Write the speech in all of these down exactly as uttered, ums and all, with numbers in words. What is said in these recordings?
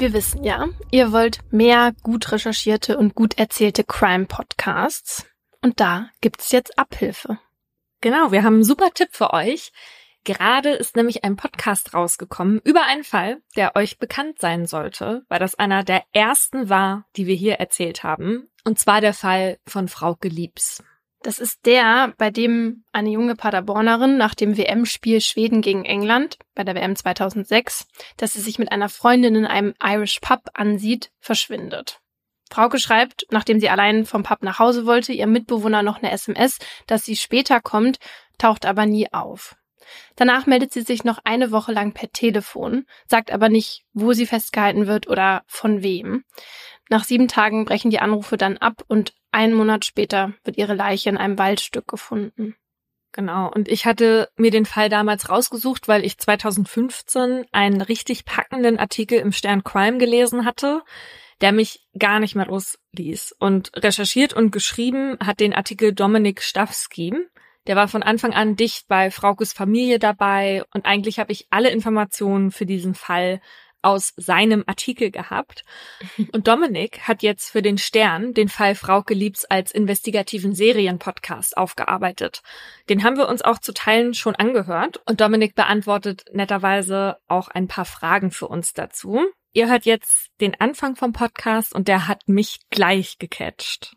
Wir wissen ja, ihr wollt mehr gut recherchierte und gut erzählte Crime-Podcasts. Und da gibt's jetzt Abhilfe. Genau, wir haben einen super Tipp für euch. Gerade ist nämlich ein Podcast rausgekommen über einen Fall, der euch bekannt sein sollte, weil das einer der ersten war, die wir hier erzählt haben. Und zwar der Fall von Frauke Liebs. Das ist der, bei dem eine junge Paderbornerin nach dem W M-Spiel Schweden gegen England, bei der W M zweitausendsechs, dass sie sich mit einer Freundin in einem Irish Pub ansieht, verschwindet. Frauke schreibt, nachdem sie allein vom Pub nach Hause wollte, ihrem Mitbewohner noch eine S M S, dass sie später kommt, taucht aber nie auf. Danach meldet sie sich noch eine Woche lang per Telefon, sagt aber nicht, wo sie festgehalten wird oder von wem. Nach sieben Tagen brechen die Anrufe dann ab und einen Monat später wird ihre Leiche in einem Waldstück gefunden. Genau, und ich hatte mir den Fall damals rausgesucht, weil ich zweitausendfünfzehn einen richtig packenden Artikel im Stern Crime gelesen hatte, der mich gar nicht mehr losließ. Und recherchiert und geschrieben hat den Artikel Dominik Stawski. Der war von Anfang an dicht bei Fraukes Familie dabei und eigentlich habe ich alle Informationen für diesen Fall aus seinem Artikel gehabt. Und Dominik hat jetzt für den Stern den Fall Frauke Liebs als investigativen Serienpodcast aufgearbeitet. Den haben wir uns auch zu Teilen schon angehört und Dominik beantwortet netterweise auch ein paar Fragen für uns dazu. Ihr hört jetzt den Anfang vom Podcast und der hat mich gleich gecatcht.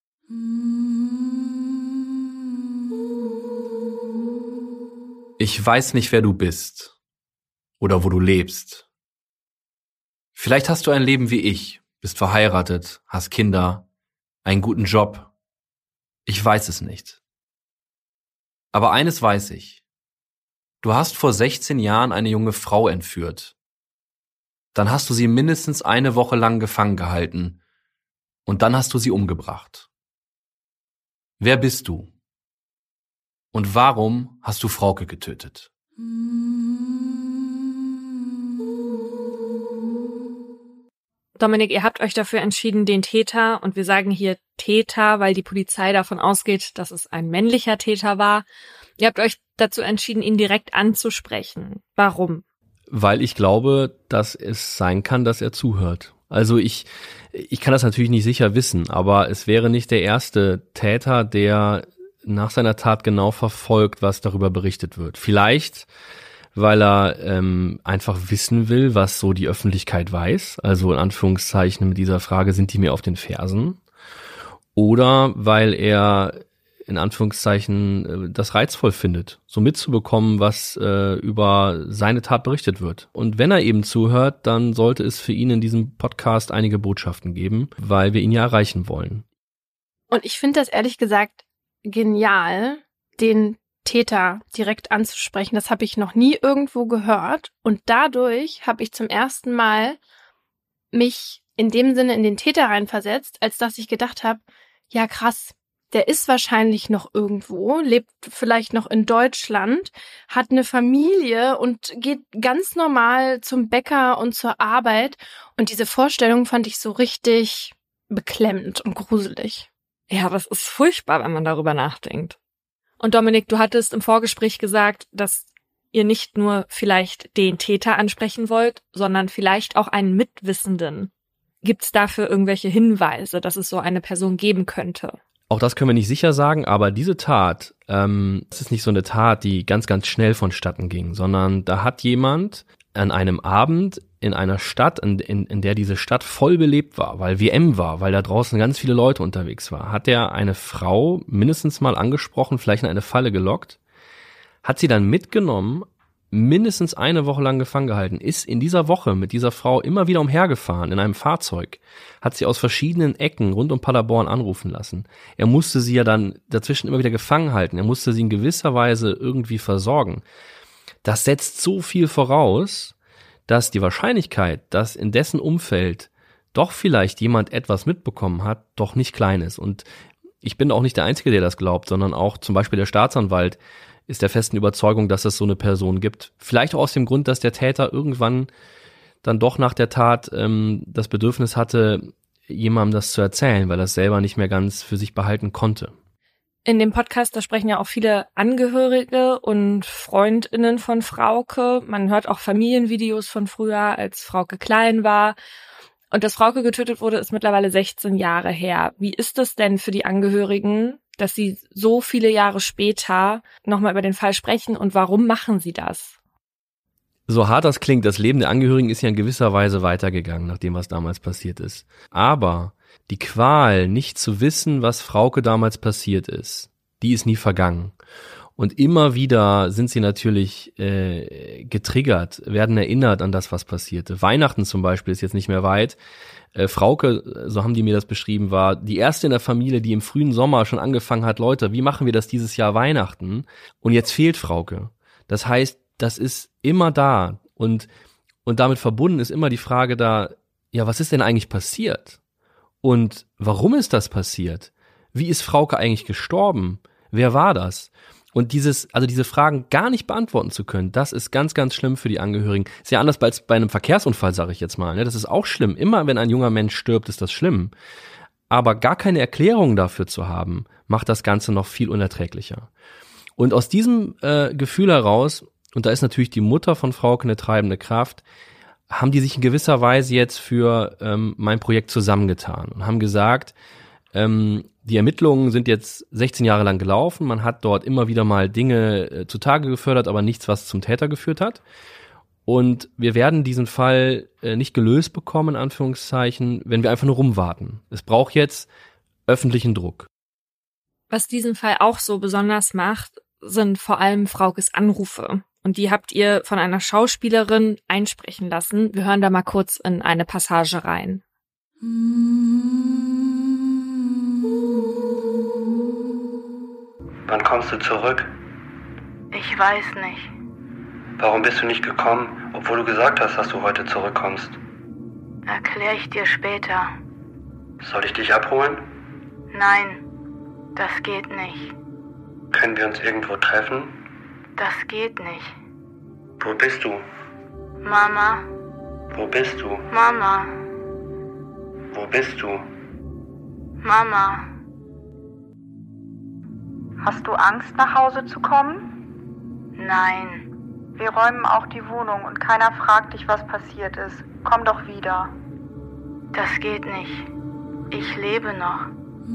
Ich weiß nicht, wer du bist oder wo du lebst. Vielleicht hast du ein Leben wie ich, bist verheiratet, hast Kinder, einen guten Job. Ich weiß es nicht. Aber eines weiß ich. Du hast vor sechzehn Jahren eine junge Frau entführt. Dann hast du sie mindestens eine Woche lang gefangen gehalten und dann hast du sie umgebracht. Wer bist du? Und warum hast du Frauke getötet? Dominik, ihr habt euch dafür entschieden, den Täter, und wir sagen hier Täter, weil die Polizei davon ausgeht, dass es ein männlicher Täter war. Ihr habt euch dazu entschieden, ihn direkt anzusprechen. Warum? Weil ich glaube, dass es sein kann, dass er zuhört. Also ich, ich kann das natürlich nicht sicher wissen, aber es wäre nicht der erste Täter, der nach seiner Tat genau verfolgt, was darüber berichtet wird. Vielleicht, weil er ähm, einfach wissen will, was so die Öffentlichkeit weiß. Also in Anführungszeichen mit dieser Frage, sind die mir auf den Fersen? Oder weil er in Anführungszeichen das reizvoll findet, so mitzubekommen, was äh, über seine Tat berichtet wird. Und wenn er eben zuhört, dann sollte es für ihn in diesem Podcast einige Botschaften geben, weil wir ihn ja erreichen wollen. Und ich finde das ehrlich gesagt genial, den Täter direkt anzusprechen. Das habe ich noch nie irgendwo gehört. Und dadurch habe ich zum ersten Mal mich in dem Sinne in den Täter reinversetzt, als dass ich gedacht habe, ja krass, der ist wahrscheinlich noch irgendwo, lebt vielleicht noch in Deutschland, hat eine Familie und geht ganz normal zum Bäcker und zur Arbeit. Und diese Vorstellung fand ich so richtig beklemmend und gruselig. Ja, das ist furchtbar, wenn man darüber nachdenkt. Und Dominik, du hattest im Vorgespräch gesagt, dass ihr nicht nur vielleicht den Täter ansprechen wollt, sondern vielleicht auch einen Mitwissenden. Gibt es dafür irgendwelche Hinweise, dass es so eine Person geben könnte? Auch das können wir nicht sicher sagen, aber diese Tat, ähm, es ist nicht so eine Tat, die ganz, ganz schnell vonstatten ging, sondern da hat jemand an einem Abend in einer Stadt, in, in, in der diese Stadt voll belebt war, weil W M war, weil da draußen ganz viele Leute unterwegs war, hat er eine Frau mindestens mal angesprochen, vielleicht in eine Falle gelockt, hat sie dann mitgenommen, mindestens eine Woche lang gefangen gehalten, ist in dieser Woche mit dieser Frau immer wieder umhergefahren in einem Fahrzeug, hat sie aus verschiedenen Ecken rund um Paderborn anrufen lassen. Er musste sie ja dann dazwischen immer wieder gefangen halten, er musste sie in gewisser Weise irgendwie versorgen. Das setzt so viel voraus, dass die Wahrscheinlichkeit, dass in dessen Umfeld doch vielleicht jemand etwas mitbekommen hat, doch nicht klein ist. Und ich bin auch nicht der Einzige, der das glaubt, sondern auch zum Beispiel der Staatsanwalt ist der festen Überzeugung, dass es so eine Person gibt. Vielleicht auch aus dem Grund, dass der Täter irgendwann dann doch nach der Tat ähm, das Bedürfnis hatte, jemandem das zu erzählen, weil er es selber nicht mehr ganz für sich behalten konnte. In dem Podcast, da sprechen ja auch viele Angehörige und FreundInnen von Frauke. Man hört auch Familienvideos von früher, als Frauke klein war. Und dass Frauke getötet wurde, ist mittlerweile sechzehn Jahre her. Wie ist es denn für die Angehörigen, dass sie so viele Jahre später nochmal über den Fall sprechen, und warum machen sie das? So hart das klingt, das Leben der Angehörigen ist ja in gewisser Weise weitergegangen, nach dem, was damals passiert ist. Aber die Qual, nicht zu wissen, was Frauke damals passiert ist, die ist nie vergangen. Und immer wieder sind sie natürlich äh, getriggert, werden erinnert an das, was passierte. Weihnachten zum Beispiel ist jetzt nicht mehr weit. Äh, Frauke, so haben die mir das beschrieben, war die erste in der Familie, die im frühen Sommer schon angefangen hat, Leute, wie machen wir das dieses Jahr Weihnachten? Und jetzt fehlt Frauke. Das heißt, das ist immer da. Und, und damit verbunden ist immer die Frage da, ja, was ist denn eigentlich passiert? Und warum ist das passiert? Wie ist Frauke eigentlich gestorben? Wer war das? Und dieses, also diese Fragen gar nicht beantworten zu können, das ist ganz, ganz schlimm für die Angehörigen. Ist ja anders als bei einem Verkehrsunfall, sage ich jetzt mal. Ne? Das ist auch schlimm. Immer wenn ein junger Mensch stirbt, ist das schlimm. Aber gar keine Erklärung dafür zu haben, macht das Ganze noch viel unerträglicher. Und aus diesem äh, Gefühl heraus, und da ist natürlich die Mutter von Frauke eine treibende Kraft, haben die sich in gewisser Weise jetzt für ähm, mein Projekt zusammengetan und haben gesagt, ähm, die Ermittlungen sind jetzt sechzehn Jahre lang gelaufen, man hat dort immer wieder mal Dinge äh, zutage gefördert, aber nichts, was zum Täter geführt hat. Und wir werden diesen Fall äh, nicht gelöst bekommen, in Anführungszeichen, wenn wir einfach nur rumwarten. Es braucht jetzt öffentlichen Druck. Was diesen Fall auch so besonders macht, sind vor allem Fraukes Anrufe. Und die habt ihr von einer Schauspielerin einsprechen lassen. Wir hören da mal kurz in eine Passage rein. Wann kommst du zurück? Ich weiß nicht. Warum bist du nicht gekommen, obwohl du gesagt hast, dass du heute zurückkommst? Erklär ich dir später. Soll ich dich abholen? Nein, das geht nicht. Können wir uns irgendwo treffen? Das geht nicht. Wo bist du? Mama. Wo bist du? Mama. Wo bist du? Mama. Hast du Angst, nach Hause zu kommen? Nein. Wir räumen auch die Wohnung und keiner fragt dich, was passiert ist. Komm doch wieder. Das geht nicht. Ich lebe noch.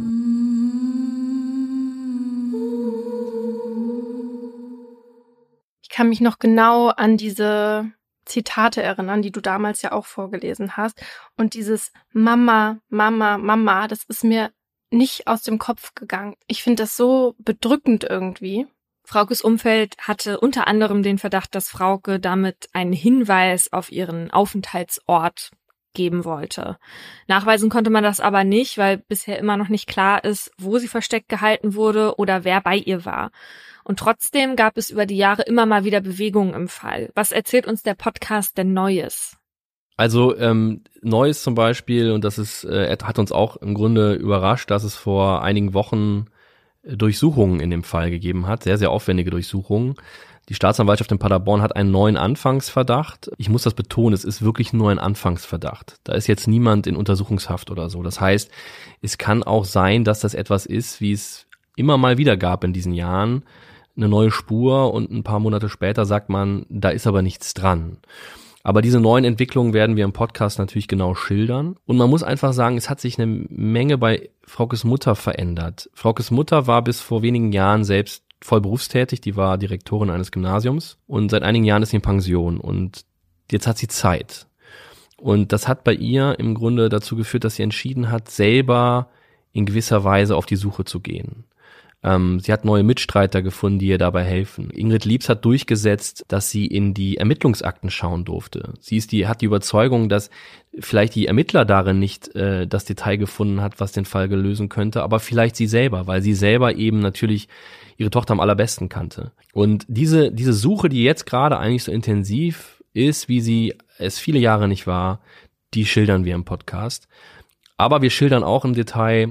Ich kann mich noch genau an diese Zitate erinnern, die du damals ja auch vorgelesen hast. Und dieses Mama, Mama, Mama, das ist mir nicht aus dem Kopf gegangen. Ich finde das so bedrückend irgendwie. Fraukes Umfeld hatte unter anderem den Verdacht, dass Frauke damit einen Hinweis auf ihren Aufenthaltsort geben wollte. Nachweisen konnte man das aber nicht, weil bisher immer noch nicht klar ist, wo sie versteckt gehalten wurde oder wer bei ihr war. Und trotzdem gab es über die Jahre immer mal wieder Bewegungen im Fall. Was erzählt uns der Podcast denn Neues? Also ähm, Neues zum Beispiel, und das ist äh, hat uns auch im Grunde überrascht, dass es vor einigen Wochen Durchsuchungen in dem Fall gegeben hat, sehr, sehr aufwendige Durchsuchungen. Die Staatsanwaltschaft in Paderborn hat einen neuen Anfangsverdacht. Ich muss das betonen, es ist wirklich nur ein Anfangsverdacht. Da ist jetzt niemand in Untersuchungshaft oder so. Das heißt, es kann auch sein, dass das etwas ist, wie es immer mal wieder gab in diesen Jahren, eine neue Spur, und ein paar Monate später sagt man, da ist aber nichts dran. Aber diese neuen Entwicklungen werden wir im Podcast natürlich genau schildern. Und man muss einfach sagen, es hat sich eine Menge bei Fraukes Mutter verändert. Fraukes Mutter war bis vor wenigen Jahren selbst voll berufstätig, die war Direktorin eines Gymnasiums, und seit einigen Jahren ist sie in Pension, und jetzt hat sie Zeit. Und das hat bei ihr im Grunde dazu geführt, dass sie entschieden hat, selber in gewisser Weise auf die Suche zu gehen. Ähm, sie hat neue Mitstreiter gefunden, die ihr dabei helfen. Ingrid Liebs hat durchgesetzt, dass sie in die Ermittlungsakten schauen durfte. Sie ist die, hat die Überzeugung, dass vielleicht die Ermittler darin nicht äh, das Detail gefunden hat, was den Fall lösen könnte, aber vielleicht sie selber, weil sie selber eben natürlich ihre Tochter am allerbesten kannte. Und diese, diese Suche, die jetzt gerade eigentlich so intensiv ist, wie sie es viele Jahre nicht war, die schildern wir im Podcast. Aber wir schildern auch im Detail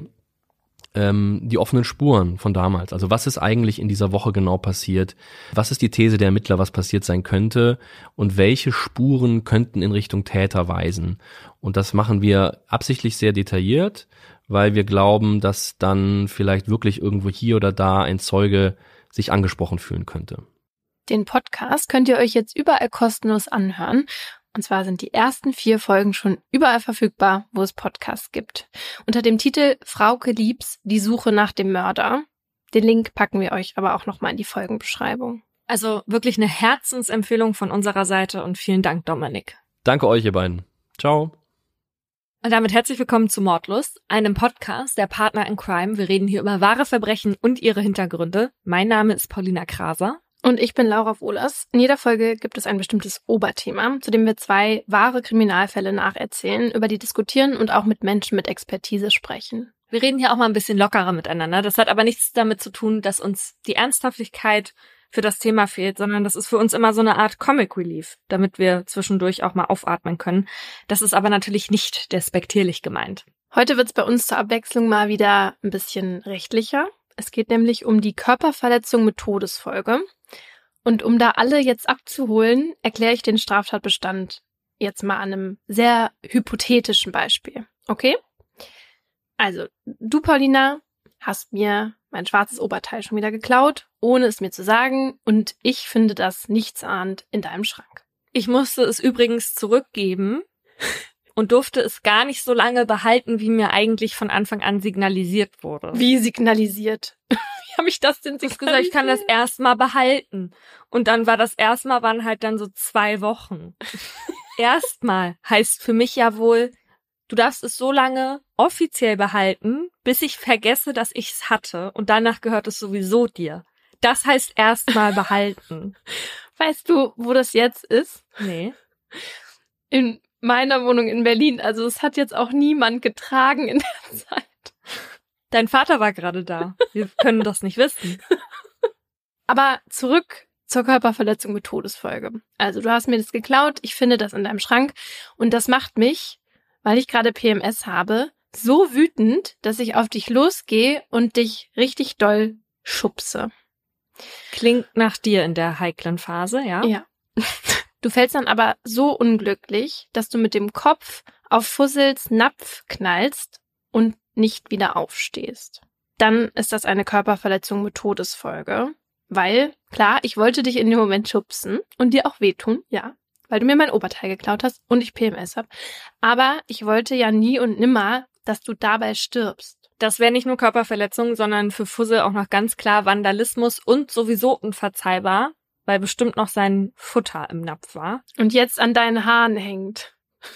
ähm, die offenen Spuren von damals. Also was ist eigentlich in dieser Woche genau passiert? Was ist die These der Ermittler, was passiert sein könnte? Und welche Spuren könnten in Richtung Täter weisen? Und das machen wir absichtlich sehr detailliert, weil wir glauben, dass dann vielleicht wirklich irgendwo hier oder da ein Zeuge sich angesprochen fühlen könnte. Den Podcast könnt ihr euch jetzt überall kostenlos anhören. Und zwar sind die ersten vier Folgen schon überall verfügbar, wo es Podcasts gibt. Unter dem Titel Frauke Liebs, die Suche nach dem Mörder. Den Link packen wir euch aber auch nochmal in die Folgenbeschreibung. Also wirklich eine Herzensempfehlung von unserer Seite und vielen Dank, Dominik. Danke euch, ihr beiden. Ciao. Und damit herzlich willkommen zu Mordlust, einem Podcast der Partner in Crime. Wir reden hier über wahre Verbrechen und ihre Hintergründe. Mein Name ist Paulina Kraser. Und ich bin Laura Wohlers. In jeder Folge gibt es ein bestimmtes Oberthema, zu dem wir zwei wahre Kriminalfälle nacherzählen, über die diskutieren und auch mit Menschen mit Expertise sprechen. Wir reden hier auch mal ein bisschen lockerer miteinander. Das hat aber nichts damit zu tun, dass uns die Ernsthaftigkeit für das Thema fehlt, sondern das ist für uns immer so eine Art Comic Relief, damit wir zwischendurch auch mal aufatmen können. Das ist aber natürlich nicht despektierlich gemeint. Heute wird es bei uns zur Abwechslung mal wieder ein bisschen rechtlicher. Es geht nämlich um die Körperverletzung mit Todesfolge. Und um da alle jetzt abzuholen, erkläre ich den Straftatbestand jetzt mal an einem sehr hypothetischen Beispiel. Okay? Also, du, Paulina, hast mir mein schwarzes Oberteil schon wieder geklaut, ohne es mir zu sagen, und ich finde das nichtsahnend in deinem Schrank. Ich musste es übrigens zurückgeben und durfte es gar nicht so lange behalten, wie mir eigentlich von Anfang an signalisiert wurde. Wie signalisiert? Wie habe ich das denn signalisiert? Ich habe gesagt, ich kann das erstmal behalten. Und dann war das erstmal, waren halt dann so zwei Wochen. Erstmal heißt für mich ja wohl, du darfst es so lange offiziell behalten, bis ich vergesse, dass ich es hatte. Und danach gehört es sowieso dir. Das heißt erstmal behalten. Weißt du, wo das jetzt ist? Nee. In meiner Wohnung in Berlin. Also es hat jetzt auch niemand getragen in der Zeit. Dein Vater war gerade da. Wir können das nicht wissen. Aber zurück zur Körperverletzung mit Todesfolge. Also du hast mir das geklaut, ich finde das in deinem Schrank und das macht mich, weil ich gerade P M S habe, so wütend, dass ich auf dich losgehe und dich richtig doll schubse. Klingt nach dir in der heiklen Phase, ja? Ja. Du fällst dann aber so unglücklich, dass du mit dem Kopf auf Fussels Napf knallst und nicht wieder aufstehst. Dann ist das eine Körperverletzung mit Todesfolge, weil, klar, ich wollte dich in dem Moment schubsen und dir auch wehtun, ja, weil du mir mein Oberteil geklaut hast und ich P M S habe. Aber ich wollte ja nie und nimmer, dass du dabei stirbst. Das wäre nicht nur Körperverletzung, sondern für Fussel auch noch ganz klar Vandalismus und sowieso unverzeihbar, weil bestimmt noch sein Futter im Napf war. Und jetzt an deinen Haaren hängt.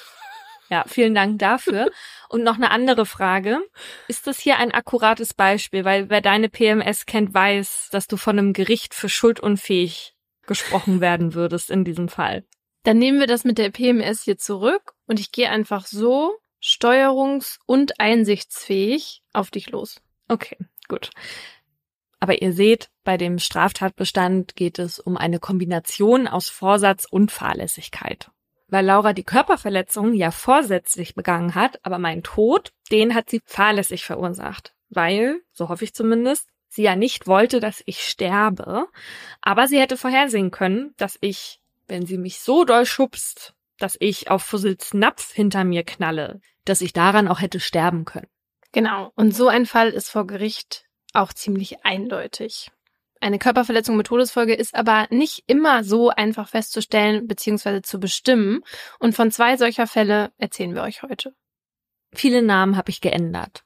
Ja, vielen Dank dafür. Und noch eine andere Frage. Ist das hier ein akkurates Beispiel? Weil wer deine P M S kennt, weiß, dass du von einem Gericht für schuldunfähig gesprochen werden würdest in diesem Fall. Dann nehmen wir das mit der P M S hier zurück und ich gehe einfach so steuerungs- und einsichtsfähig auf dich los. Okay, gut. Aber ihr seht, bei dem Straftatbestand geht es um eine Kombination aus Vorsatz und Fahrlässigkeit. Weil Laura die Körperverletzung ja vorsätzlich begangen hat, aber meinen Tod, den hat sie fahrlässig verursacht. Weil, so hoffe ich zumindest, sie ja nicht wollte, dass ich sterbe. Aber sie hätte vorhersehen können, dass ich, wenn sie mich so doll schubst, dass ich auf Fussels Napf hinter mir knalle, dass ich daran auch hätte sterben können. Genau. Und so ein Fall ist vor Gericht auch ziemlich eindeutig. Eine Körperverletzung mit Todesfolge ist aber nicht immer so einfach festzustellen bzw. zu bestimmen. Und von zwei solcher Fälle erzählen wir euch heute. Viele Namen habe ich geändert.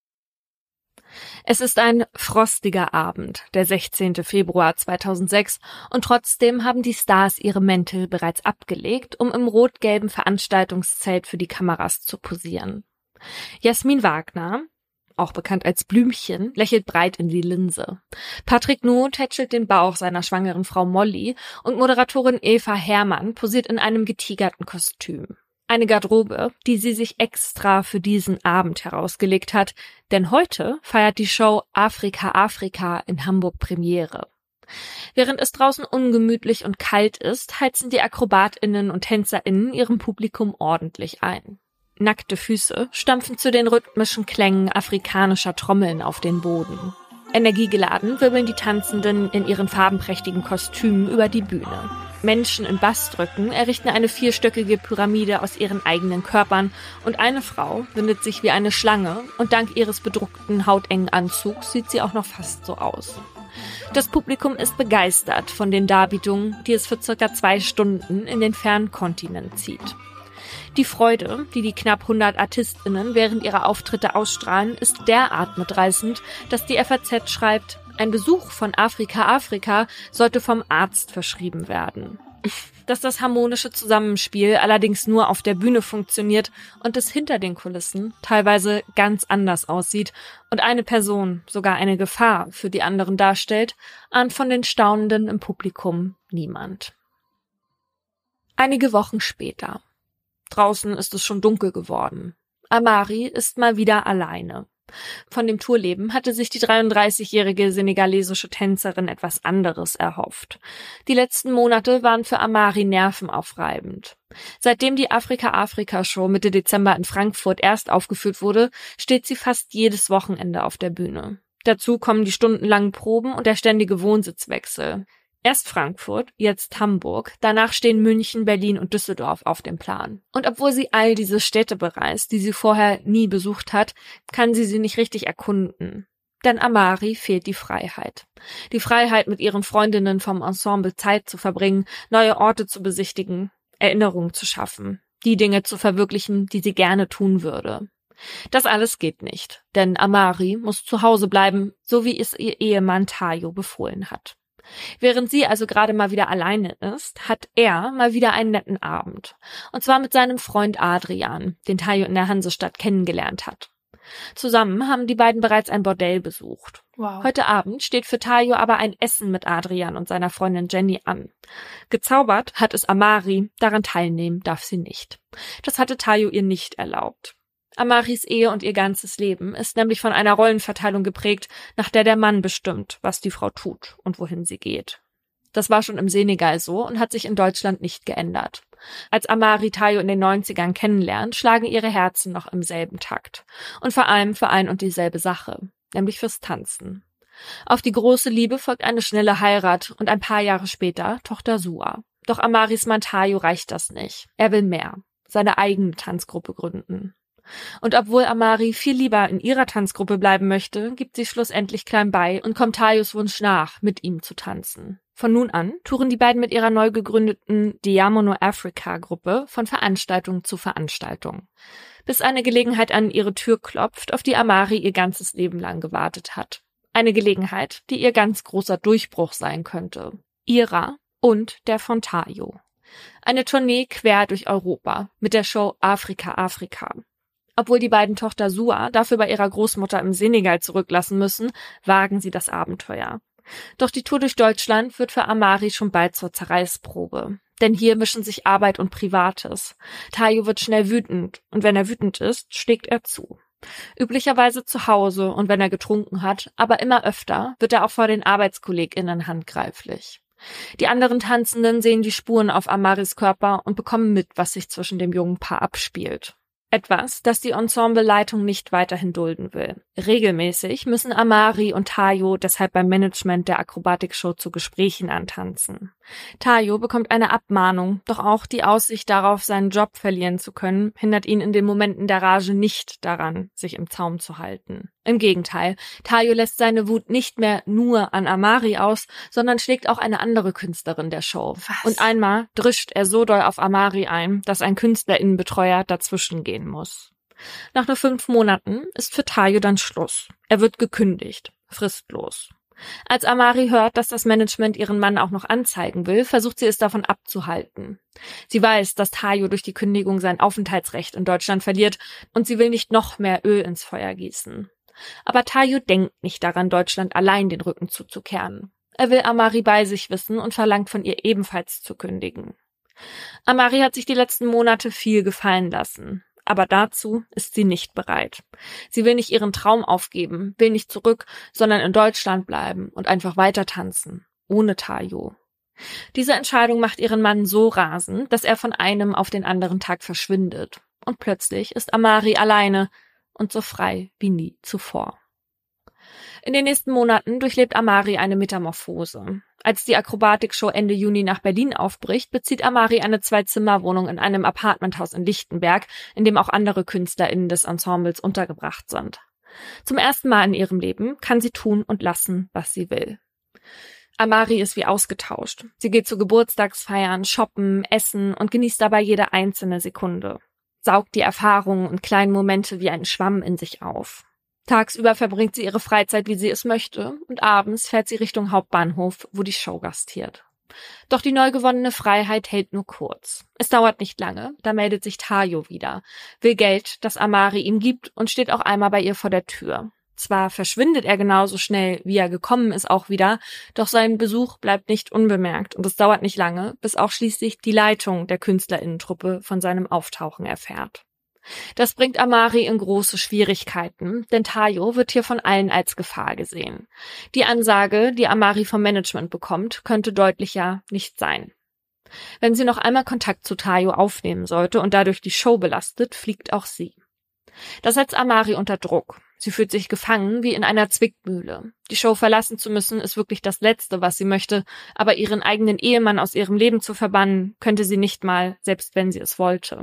Es ist ein frostiger Abend, der sechzehnten Februar zweitausendsechs, und trotzdem haben die Stars ihre Mäntel bereits abgelegt, um im rot-gelben Veranstaltungszelt für die Kameras zu posieren. Jasmin Wagner, auch bekannt als Blümchen, lächelt breit in die Linse. Patrick Nuh tätschelt den Bauch seiner schwangeren Frau Molly und Moderatorin Eva Herrmann posiert in einem getigerten Kostüm. Eine Garderobe, die sie sich extra für diesen Abend herausgelegt hat, denn heute feiert die Show Afrika Afrika in Hamburg Premiere. Während es draußen ungemütlich und kalt ist, heizen die AkrobatInnen und TänzerInnen ihrem Publikum ordentlich ein. Nackte Füße stampfen zu den rhythmischen Klängen afrikanischer Trommeln auf den Boden. Energiegeladen wirbeln die Tanzenden in ihren farbenprächtigen Kostümen über die Bühne. Menschen in Bastrücken errichten eine vierstöckige Pyramide aus ihren eigenen Körpern und eine Frau windet sich wie eine Schlange und dank ihres bedruckten hautengen Anzugs sieht sie auch noch fast so aus. Das Publikum ist begeistert von den Darbietungen, die es für circa zwei Stunden in den fernen Kontinent zieht. Die Freude, die die knapp hundert ArtistInnen während ihrer Auftritte ausstrahlen, ist derart mitreißend, dass die F A Z schreibt, ein Besuch von Afrika Afrika sollte vom Arzt verschrieben werden. Dass das harmonische Zusammenspiel allerdings nur auf der Bühne funktioniert und es hinter den Kulissen teilweise ganz anders aussieht und eine Person sogar eine Gefahr für die anderen darstellt, ahnt von den Staunenden im Publikum niemand. Einige Wochen später. Draußen ist es schon dunkel geworden. Amari ist mal wieder alleine. Von dem Tourleben hatte sich die dreiunddreißigjährige senegalesische Tänzerin etwas anderes erhofft. Die letzten Monate waren für Amari nervenaufreibend. Seitdem die Afrika-Afrika-Show Mitte Dezember in Frankfurt erst aufgeführt wurde, steht sie fast jedes Wochenende auf der Bühne. Dazu kommen die stundenlangen Proben und der ständige Wohnsitzwechsel. Erst Frankfurt, jetzt Hamburg, danach stehen München, Berlin und Düsseldorf auf dem Plan. Und obwohl sie all diese Städte bereist, die sie vorher nie besucht hat, kann sie sie nicht richtig erkunden. Denn Amari fehlt die Freiheit. Die Freiheit, mit ihren Freundinnen vom Ensemble Zeit zu verbringen, neue Orte zu besichtigen, Erinnerungen zu schaffen, die Dinge zu verwirklichen, die sie gerne tun würde. Das alles geht nicht, denn Amari muss zu Hause bleiben, so wie es ihr Ehemann Tayo befohlen hat. Während sie also gerade mal wieder alleine ist, hat er mal wieder einen netten Abend. Und zwar mit seinem Freund Adrian, den Tayo in der Hansestadt kennengelernt hat. Zusammen haben die beiden bereits ein Bordell besucht. Wow. Heute Abend steht für Tayo aber ein Essen mit Adrian und seiner Freundin Jenny an. Gezaubert hat es Amari, daran teilnehmen darf sie nicht. Das hatte Tayo ihr nicht erlaubt. Amaris Ehe und ihr ganzes Leben ist nämlich von einer Rollenverteilung geprägt, nach der der Mann bestimmt, was die Frau tut und wohin sie geht. Das war schon im Senegal so und hat sich in Deutschland nicht geändert. Als Amari Tayo in den neunzigern kennenlernt, schlagen ihre Herzen noch im selben Takt. Und vor allem für ein und dieselbe Sache, nämlich fürs Tanzen. Auf die große Liebe folgt eine schnelle Heirat und ein paar Jahre später Tochter Sua. Doch Amaris Mann Tayo reicht das nicht. Er will mehr, seine eigene Tanzgruppe gründen. Und obwohl Amari viel lieber in ihrer Tanzgruppe bleiben möchte, gibt sie schlussendlich klein bei und kommt Tayos Wunsch nach, mit ihm zu tanzen. Von nun an touren die beiden mit ihrer neu gegründeten Diamono Africa Gruppe von Veranstaltung zu Veranstaltung. Bis eine Gelegenheit an ihre Tür klopft, auf die Amari ihr ganzes Leben lang gewartet hat. Eine Gelegenheit, die ihr ganz großer Durchbruch sein könnte. Ihrer und der von Tayo. Eine Tournee quer durch Europa mit der Show Afrika Afrika. Obwohl die beiden Tochter Sua dafür bei ihrer Großmutter im Senegal zurücklassen müssen, wagen sie das Abenteuer. Doch die Tour durch Deutschland wird für Amari schon bald zur Zerreißprobe. Denn hier mischen sich Arbeit und Privates. Tayo wird schnell wütend und wenn er wütend ist, schlägt er zu. Üblicherweise zu Hause und wenn er getrunken hat, aber immer öfter wird er auch vor den ArbeitskollegInnen handgreiflich. Die anderen Tanzenden sehen die Spuren auf Amaris Körper und bekommen mit, was sich zwischen dem jungen Paar abspielt. Etwas, das die Ensembleleitung nicht weiterhin dulden will. Regelmäßig müssen Amari und Tayo deshalb beim Management der Akrobatikshow zu Gesprächen antanzen. Tayo bekommt eine Abmahnung, doch auch die Aussicht darauf, seinen Job verlieren zu können, hindert ihn in den Momenten der Rage nicht daran, sich im Zaum zu halten. Im Gegenteil, Tayo lässt seine Wut nicht mehr nur an Amari aus, sondern schlägt auch eine andere Künstlerin der Show. Was? Und einmal drischt er so doll auf Amari ein, dass ein KünstlerInnenbetreuer dazwischen gehen muss. Nach nur fünf Monaten ist für Tayo dann Schluss. Er wird gekündigt, fristlos. Als Amari hört, dass das Management ihren Mann auch noch anzeigen will, versucht sie es davon abzuhalten. Sie weiß, dass Tayo durch die Kündigung sein Aufenthaltsrecht in Deutschland verliert und sie will nicht noch mehr Öl ins Feuer gießen. Aber Tayo denkt nicht daran, Deutschland allein den Rücken zuzukehren. Er will Amari bei sich wissen und verlangt von ihr ebenfalls zu kündigen. Amari hat sich die letzten Monate viel gefallen lassen. Aber dazu ist sie nicht bereit. Sie will nicht ihren Traum aufgeben, will nicht zurück, sondern in Deutschland bleiben und einfach weiter tanzen, ohne Tayo. Diese Entscheidung macht ihren Mann so rasend, dass er von einem auf den anderen Tag verschwindet. Und plötzlich ist Amari alleine und so frei wie nie zuvor. In den nächsten Monaten durchlebt Amari eine Metamorphose. Als die Akrobatikshow Ende Juni nach Berlin aufbricht, bezieht Amari eine Zwei-Zimmer-Wohnung in einem Apartmenthaus in Lichtenberg, in dem auch andere KünstlerInnen des Ensembles untergebracht sind. Zum ersten Mal in ihrem Leben kann sie tun und lassen, was sie will. Amari ist wie ausgetauscht. Sie geht zu Geburtstagsfeiern, shoppen, essen und genießt dabei jede einzelne Sekunde. Saugt die Erfahrungen und kleinen Momente wie einen Schwamm in sich auf. Tagsüber verbringt sie ihre Freizeit, wie sie es möchte, und abends fährt sie Richtung Hauptbahnhof, wo die Show gastiert. Doch die neu gewonnene Freiheit hält nur kurz. Es dauert nicht lange, da meldet sich Tayo wieder, will Geld, das Amari ihm gibt, und steht auch einmal bei ihr vor der Tür. Zwar verschwindet er genauso schnell, wie er gekommen ist, auch wieder, doch sein Besuch bleibt nicht unbemerkt und es dauert nicht lange, bis auch schließlich die Leitung der KünstlerInnentruppe von seinem Auftauchen erfährt. Das bringt Amari in große Schwierigkeiten, denn Tayo wird hier von allen als Gefahr gesehen. Die Ansage, die Amari vom Management bekommt, könnte deutlicher nicht sein. Wenn sie noch einmal Kontakt zu Tayo aufnehmen sollte und dadurch die Show belastet, fliegt auch sie. Das setzt Amari unter Druck. Sie fühlt sich gefangen wie in einer Zwickmühle. Die Show verlassen zu müssen, ist wirklich das Letzte, was sie möchte, aber ihren eigenen Ehemann aus ihrem Leben zu verbannen, könnte sie nicht mal, selbst wenn sie es wollte.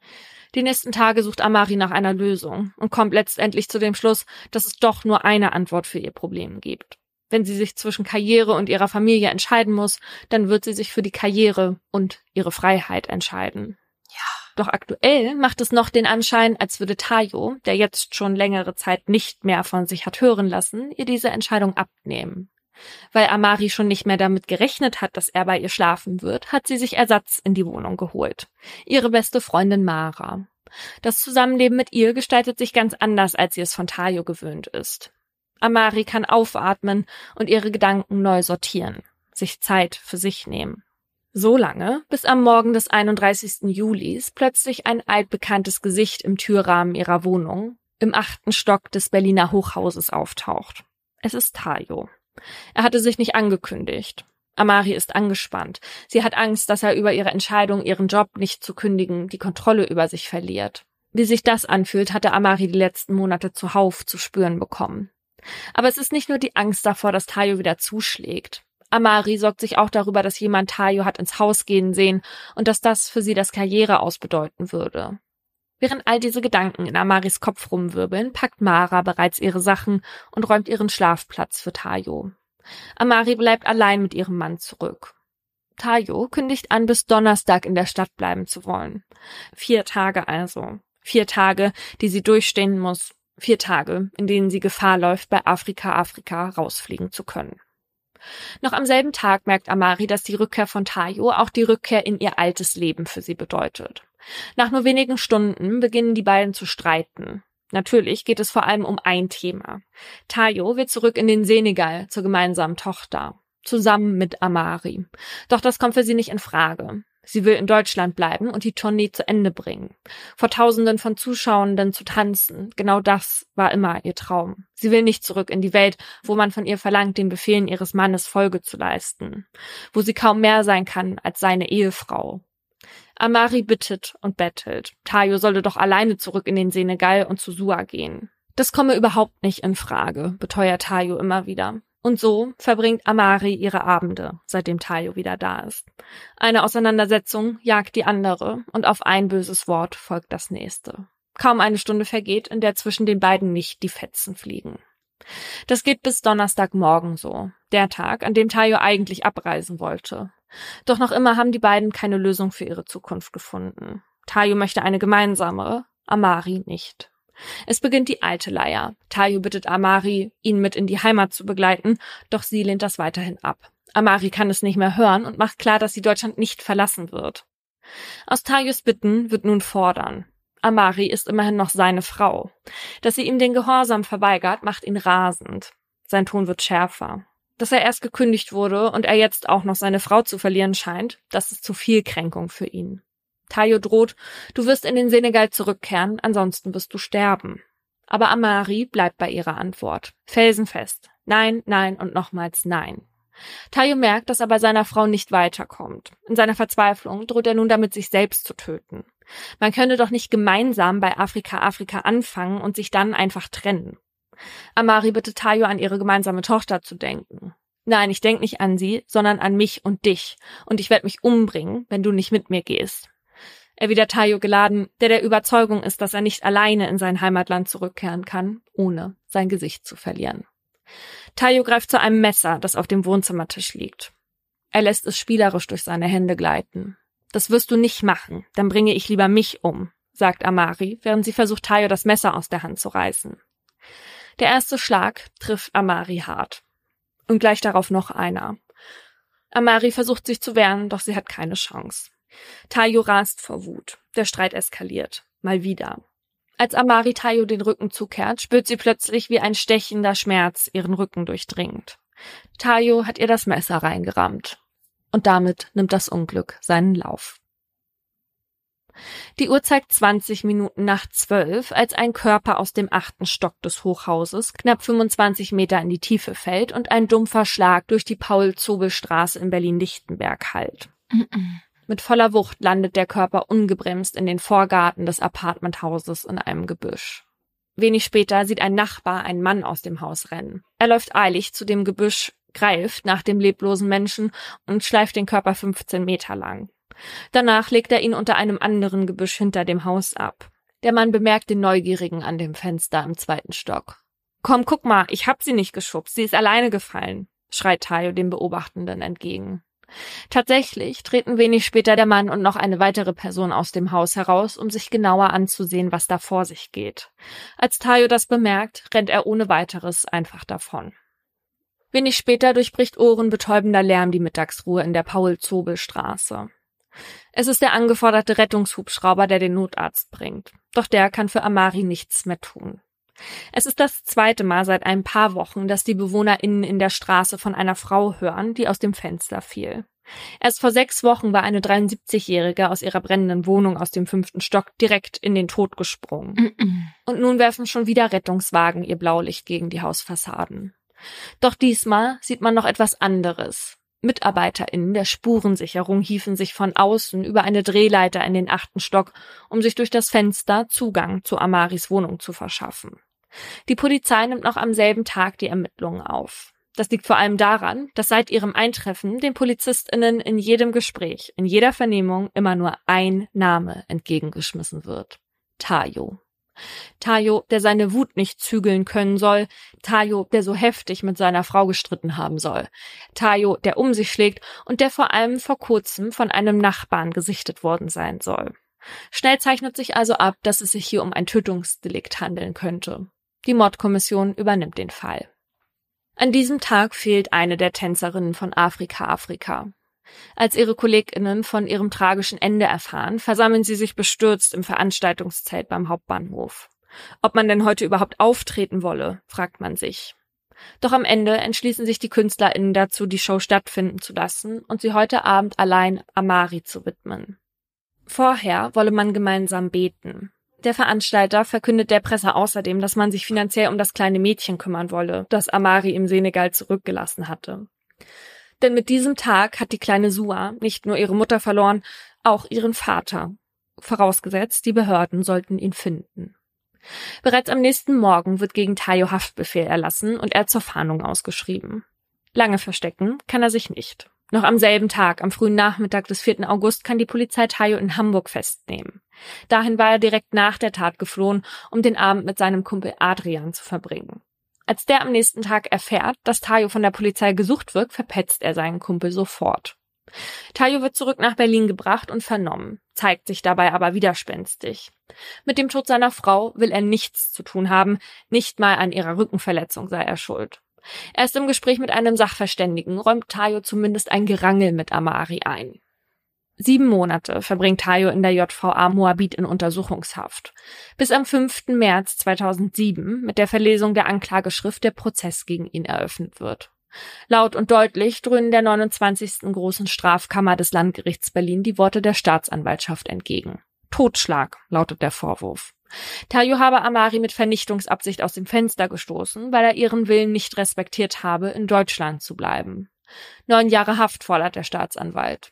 Die nächsten Tage sucht Amari nach einer Lösung und kommt letztendlich zu dem Schluss, dass es doch nur eine Antwort für ihr Problem gibt. Wenn sie sich zwischen Karriere und ihrer Familie entscheiden muss, dann wird sie sich für die Karriere und ihre Freiheit entscheiden. Ja. Doch aktuell macht es noch den Anschein, als würde Tayo, der jetzt schon längere Zeit nicht mehr von sich hat hören lassen, ihr diese Entscheidung abnehmen. Weil Amari schon nicht mehr damit gerechnet hat, dass er bei ihr schlafen wird, hat sie sich Ersatz in die Wohnung geholt. Ihre beste Freundin Mara. Das Zusammenleben mit ihr gestaltet sich ganz anders, als sie es von Tayo gewöhnt ist. Amari kann aufatmen und ihre Gedanken neu sortieren, sich Zeit für sich nehmen. So lange, bis am Morgen des einunddreißigsten Julis plötzlich ein altbekanntes Gesicht im Türrahmen ihrer Wohnung, im achten Stock des Berliner Hochhauses auftaucht. Es ist Tayo. Er hatte sich nicht angekündigt. Amari ist angespannt. Sie hat Angst, dass er über ihre Entscheidung, ihren Job nicht zu kündigen, die Kontrolle über sich verliert. Wie sich das anfühlt, hatte Amari die letzten Monate zuhauf zu spüren bekommen. Aber es ist nicht nur die Angst davor, dass Tayo wieder zuschlägt. Amari sorgt sich auch darüber, dass jemand Tayo hat ins Haus gehen sehen und dass das für sie das Karriereaus bedeuten würde. Während all diese Gedanken in Amaris Kopf rumwirbeln, packt Mara bereits ihre Sachen und räumt ihren Schlafplatz für Tayo. Amari bleibt allein mit ihrem Mann zurück. Tayo kündigt an, bis Donnerstag in der Stadt bleiben zu wollen. Vier Tage also. Vier Tage, die sie durchstehen muss. Vier Tage, in denen sie Gefahr läuft, bei Afrika Afrika rausfliegen zu können. Noch am selben Tag merkt Amari, dass die Rückkehr von Tayo auch die Rückkehr in ihr altes Leben für sie bedeutet. Nach nur wenigen Stunden beginnen die beiden zu streiten. Natürlich geht es vor allem um ein Thema. Tayo will zurück in den Senegal zur gemeinsamen Tochter, zusammen mit Amari. Doch das kommt für sie nicht in Frage. Sie will in Deutschland bleiben und die Tournee zu Ende bringen. Vor Tausenden von Zuschauenden zu tanzen, genau das war immer ihr Traum. Sie will nicht zurück in die Welt, wo man von ihr verlangt, den Befehlen ihres Mannes Folge zu leisten. Wo sie kaum mehr sein kann als seine Ehefrau. Amari bittet und bettelt. Tayo solle doch alleine zurück in den Senegal und zu Sua gehen. Das komme überhaupt nicht in Frage, beteuert Tayo immer wieder. Und so verbringt Amari ihre Abende, seitdem Tayo wieder da ist. Eine Auseinandersetzung jagt die andere und auf ein böses Wort folgt das nächste. Kaum eine Stunde vergeht, in der zwischen den beiden nicht die Fetzen fliegen. Das geht bis Donnerstagmorgen so, der Tag, an dem Tayo eigentlich abreisen wollte. Doch noch immer haben die beiden keine Lösung für ihre Zukunft gefunden. Tayo möchte eine gemeinsame, Amari nicht. Es beginnt die alte Leier. Tayo bittet Amari, ihn mit in die Heimat zu begleiten, doch sie lehnt das weiterhin ab. Amari kann es nicht mehr hören und macht klar, dass sie Deutschland nicht verlassen wird. Aus Tayos Bitten wird nun fordern. Amari ist immerhin noch seine Frau. Dass sie ihm den Gehorsam verweigert, macht ihn rasend. Sein Ton wird schärfer. Dass er erst gekündigt wurde und er jetzt auch noch seine Frau zu verlieren scheint, das ist zu viel Kränkung für ihn. Tayo droht, du wirst in den Senegal zurückkehren, ansonsten wirst du sterben. Aber Amari bleibt bei ihrer Antwort. Felsenfest. Nein, nein und nochmals nein. Tayo merkt, dass er bei seiner Frau nicht weiterkommt. In seiner Verzweiflung droht er nun damit, sich selbst zu töten. Man könne doch nicht gemeinsam bei Afrika Afrika anfangen und sich dann einfach trennen. Amari bittet Tayo, an ihre gemeinsame Tochter zu denken. Nein, ich denke nicht an sie, sondern an mich und dich. Und ich werde mich umbringen, wenn du nicht mit mir gehst. Erwidert Tayo geladen, der der Überzeugung ist, dass er nicht alleine in sein Heimatland zurückkehren kann, ohne sein Gesicht zu verlieren. Tayo greift zu einem Messer, das auf dem Wohnzimmertisch liegt. Er lässt es spielerisch durch seine Hände gleiten. Das wirst du nicht machen, dann bringe ich lieber mich um, sagt Amari, während sie versucht, Tayo das Messer aus der Hand zu reißen. Der erste Schlag trifft Amari hart. Und gleich darauf noch einer. Amari versucht sich zu wehren, doch sie hat keine Chance. Tayo rast vor Wut. Der Streit eskaliert. Mal wieder. Als Amari Tayo den Rücken zukehrt, spürt sie plötzlich, wie ein stechender Schmerz ihren Rücken durchdringt. Tayo hat ihr das Messer reingerammt. Und damit nimmt das Unglück seinen Lauf. Die Uhr zeigt zwanzig Minuten nach zwölf, als ein Körper aus dem achten Stock des Hochhauses knapp fünfundzwanzig Meter in die Tiefe fällt und ein dumpfer Schlag durch die Paul-Zobel-Straße in Berlin-Lichtenberg hallt. Mm-mm. Mit voller Wucht landet der Körper ungebremst in den Vorgarten des Apartmenthauses in einem Gebüsch. Wenig später sieht ein Nachbar einen Mann aus dem Haus rennen. Er läuft eilig zu dem Gebüsch, greift nach dem leblosen Menschen und schleift den Körper fünfzehn Meter lang. Danach legt er ihn unter einem anderen Gebüsch hinter dem Haus ab. Der Mann bemerkt den Neugierigen an dem Fenster im zweiten Stock. »Komm, guck mal, ich hab sie nicht geschubst, sie ist alleine gefallen«, schreit Tayo dem Beobachtenden entgegen. Tatsächlich treten wenig später der Mann und noch eine weitere Person aus dem Haus heraus, um sich genauer anzusehen, was da vor sich geht. Als Tayo das bemerkt, rennt er ohne weiteres einfach davon. Wenig später durchbricht ohrenbetäubender Lärm die Mittagsruhe in der Paul-Zobel-Straße. Es ist der angeforderte Rettungshubschrauber, der den Notarzt bringt. Doch der kann für Amari nichts mehr tun. Es ist das zweite Mal seit ein paar Wochen, dass die BewohnerInnen in der Straße von einer Frau hören, die aus dem Fenster fiel. Erst vor sechs Wochen war eine dreiundsiebzigjährige aus ihrer brennenden Wohnung aus dem fünften Stock direkt in den Tod gesprungen. Mm-mm. Und nun werfen schon wieder Rettungswagen ihr Blaulicht gegen die Hausfassaden. Doch diesmal sieht man noch etwas anderes. MitarbeiterInnen der Spurensicherung hieven sich von außen über eine Drehleiter in den achten Stock, um sich durch das Fenster Zugang zu Amaris Wohnung zu verschaffen. Die Polizei nimmt noch am selben Tag die Ermittlungen auf. Das liegt vor allem daran, dass seit ihrem Eintreffen den PolizistInnen in jedem Gespräch, in jeder Vernehmung immer nur ein Name entgegengeschmissen wird. Tayo. Tayo, der seine Wut nicht zügeln können soll. Tayo, der so heftig mit seiner Frau gestritten haben soll. Tayo, der um sich schlägt und der vor allem vor kurzem von einem Nachbarn gesichtet worden sein soll. Schnell zeichnet sich also ab, dass es sich hier um ein Tötungsdelikt handeln könnte. Die Mordkommission übernimmt den Fall. An diesem Tag fehlt eine der Tänzerinnen von Afrika Afrika. Als ihre KollegInnen von ihrem tragischen Ende erfahren, versammeln sie sich bestürzt im Veranstaltungszelt beim Hauptbahnhof. Ob man denn heute überhaupt auftreten wolle, fragt man sich. Doch am Ende entschließen sich die KünstlerInnen dazu, die Show stattfinden zu lassen und sie heute Abend allein Amari zu widmen. Vorher wolle man gemeinsam beten. Der Veranstalter verkündet der Presse außerdem, dass man sich finanziell um das kleine Mädchen kümmern wolle, das Amari im Senegal zurückgelassen hatte. Denn mit diesem Tag hat die kleine Sua nicht nur ihre Mutter verloren, auch ihren Vater. Vorausgesetzt, die Behörden sollten ihn finden. Bereits am nächsten Morgen wird gegen Tayo Haftbefehl erlassen und er zur Fahndung ausgeschrieben. Lange verstecken kann er sich nicht. Noch am selben Tag, am frühen Nachmittag des vierten August, kann die Polizei Tayo in Hamburg festnehmen. Dahin war er direkt nach der Tat geflohen, um den Abend mit seinem Kumpel Adrian zu verbringen. Als der am nächsten Tag erfährt, dass Tayo von der Polizei gesucht wird, verpetzt er seinen Kumpel sofort. Tayo wird zurück nach Berlin gebracht und vernommen, zeigt sich dabei aber widerspenstig. Mit dem Tod seiner Frau will er nichts zu tun haben, nicht mal an ihrer Rückenverletzung sei er schuld. Erst im Gespräch mit einem Sachverständigen räumt Tayo zumindest ein Gerangel mit Amari ein. Sieben Monate verbringt Tayo in der J V A Moabit in Untersuchungshaft, bis am fünften März zweitausendsieben mit der Verlesung der Anklageschrift der Prozess gegen ihn eröffnet wird. Laut und deutlich dröhnen der neunundzwanzigsten Großen Strafkammer des Landgerichts Berlin die Worte der Staatsanwaltschaft entgegen. Totschlag lautet der Vorwurf. Tayo habe Amari mit Vernichtungsabsicht aus dem Fenster gestoßen, weil er ihren Willen nicht respektiert habe, in Deutschland zu bleiben. Neun Jahre Haft fordert der Staatsanwalt.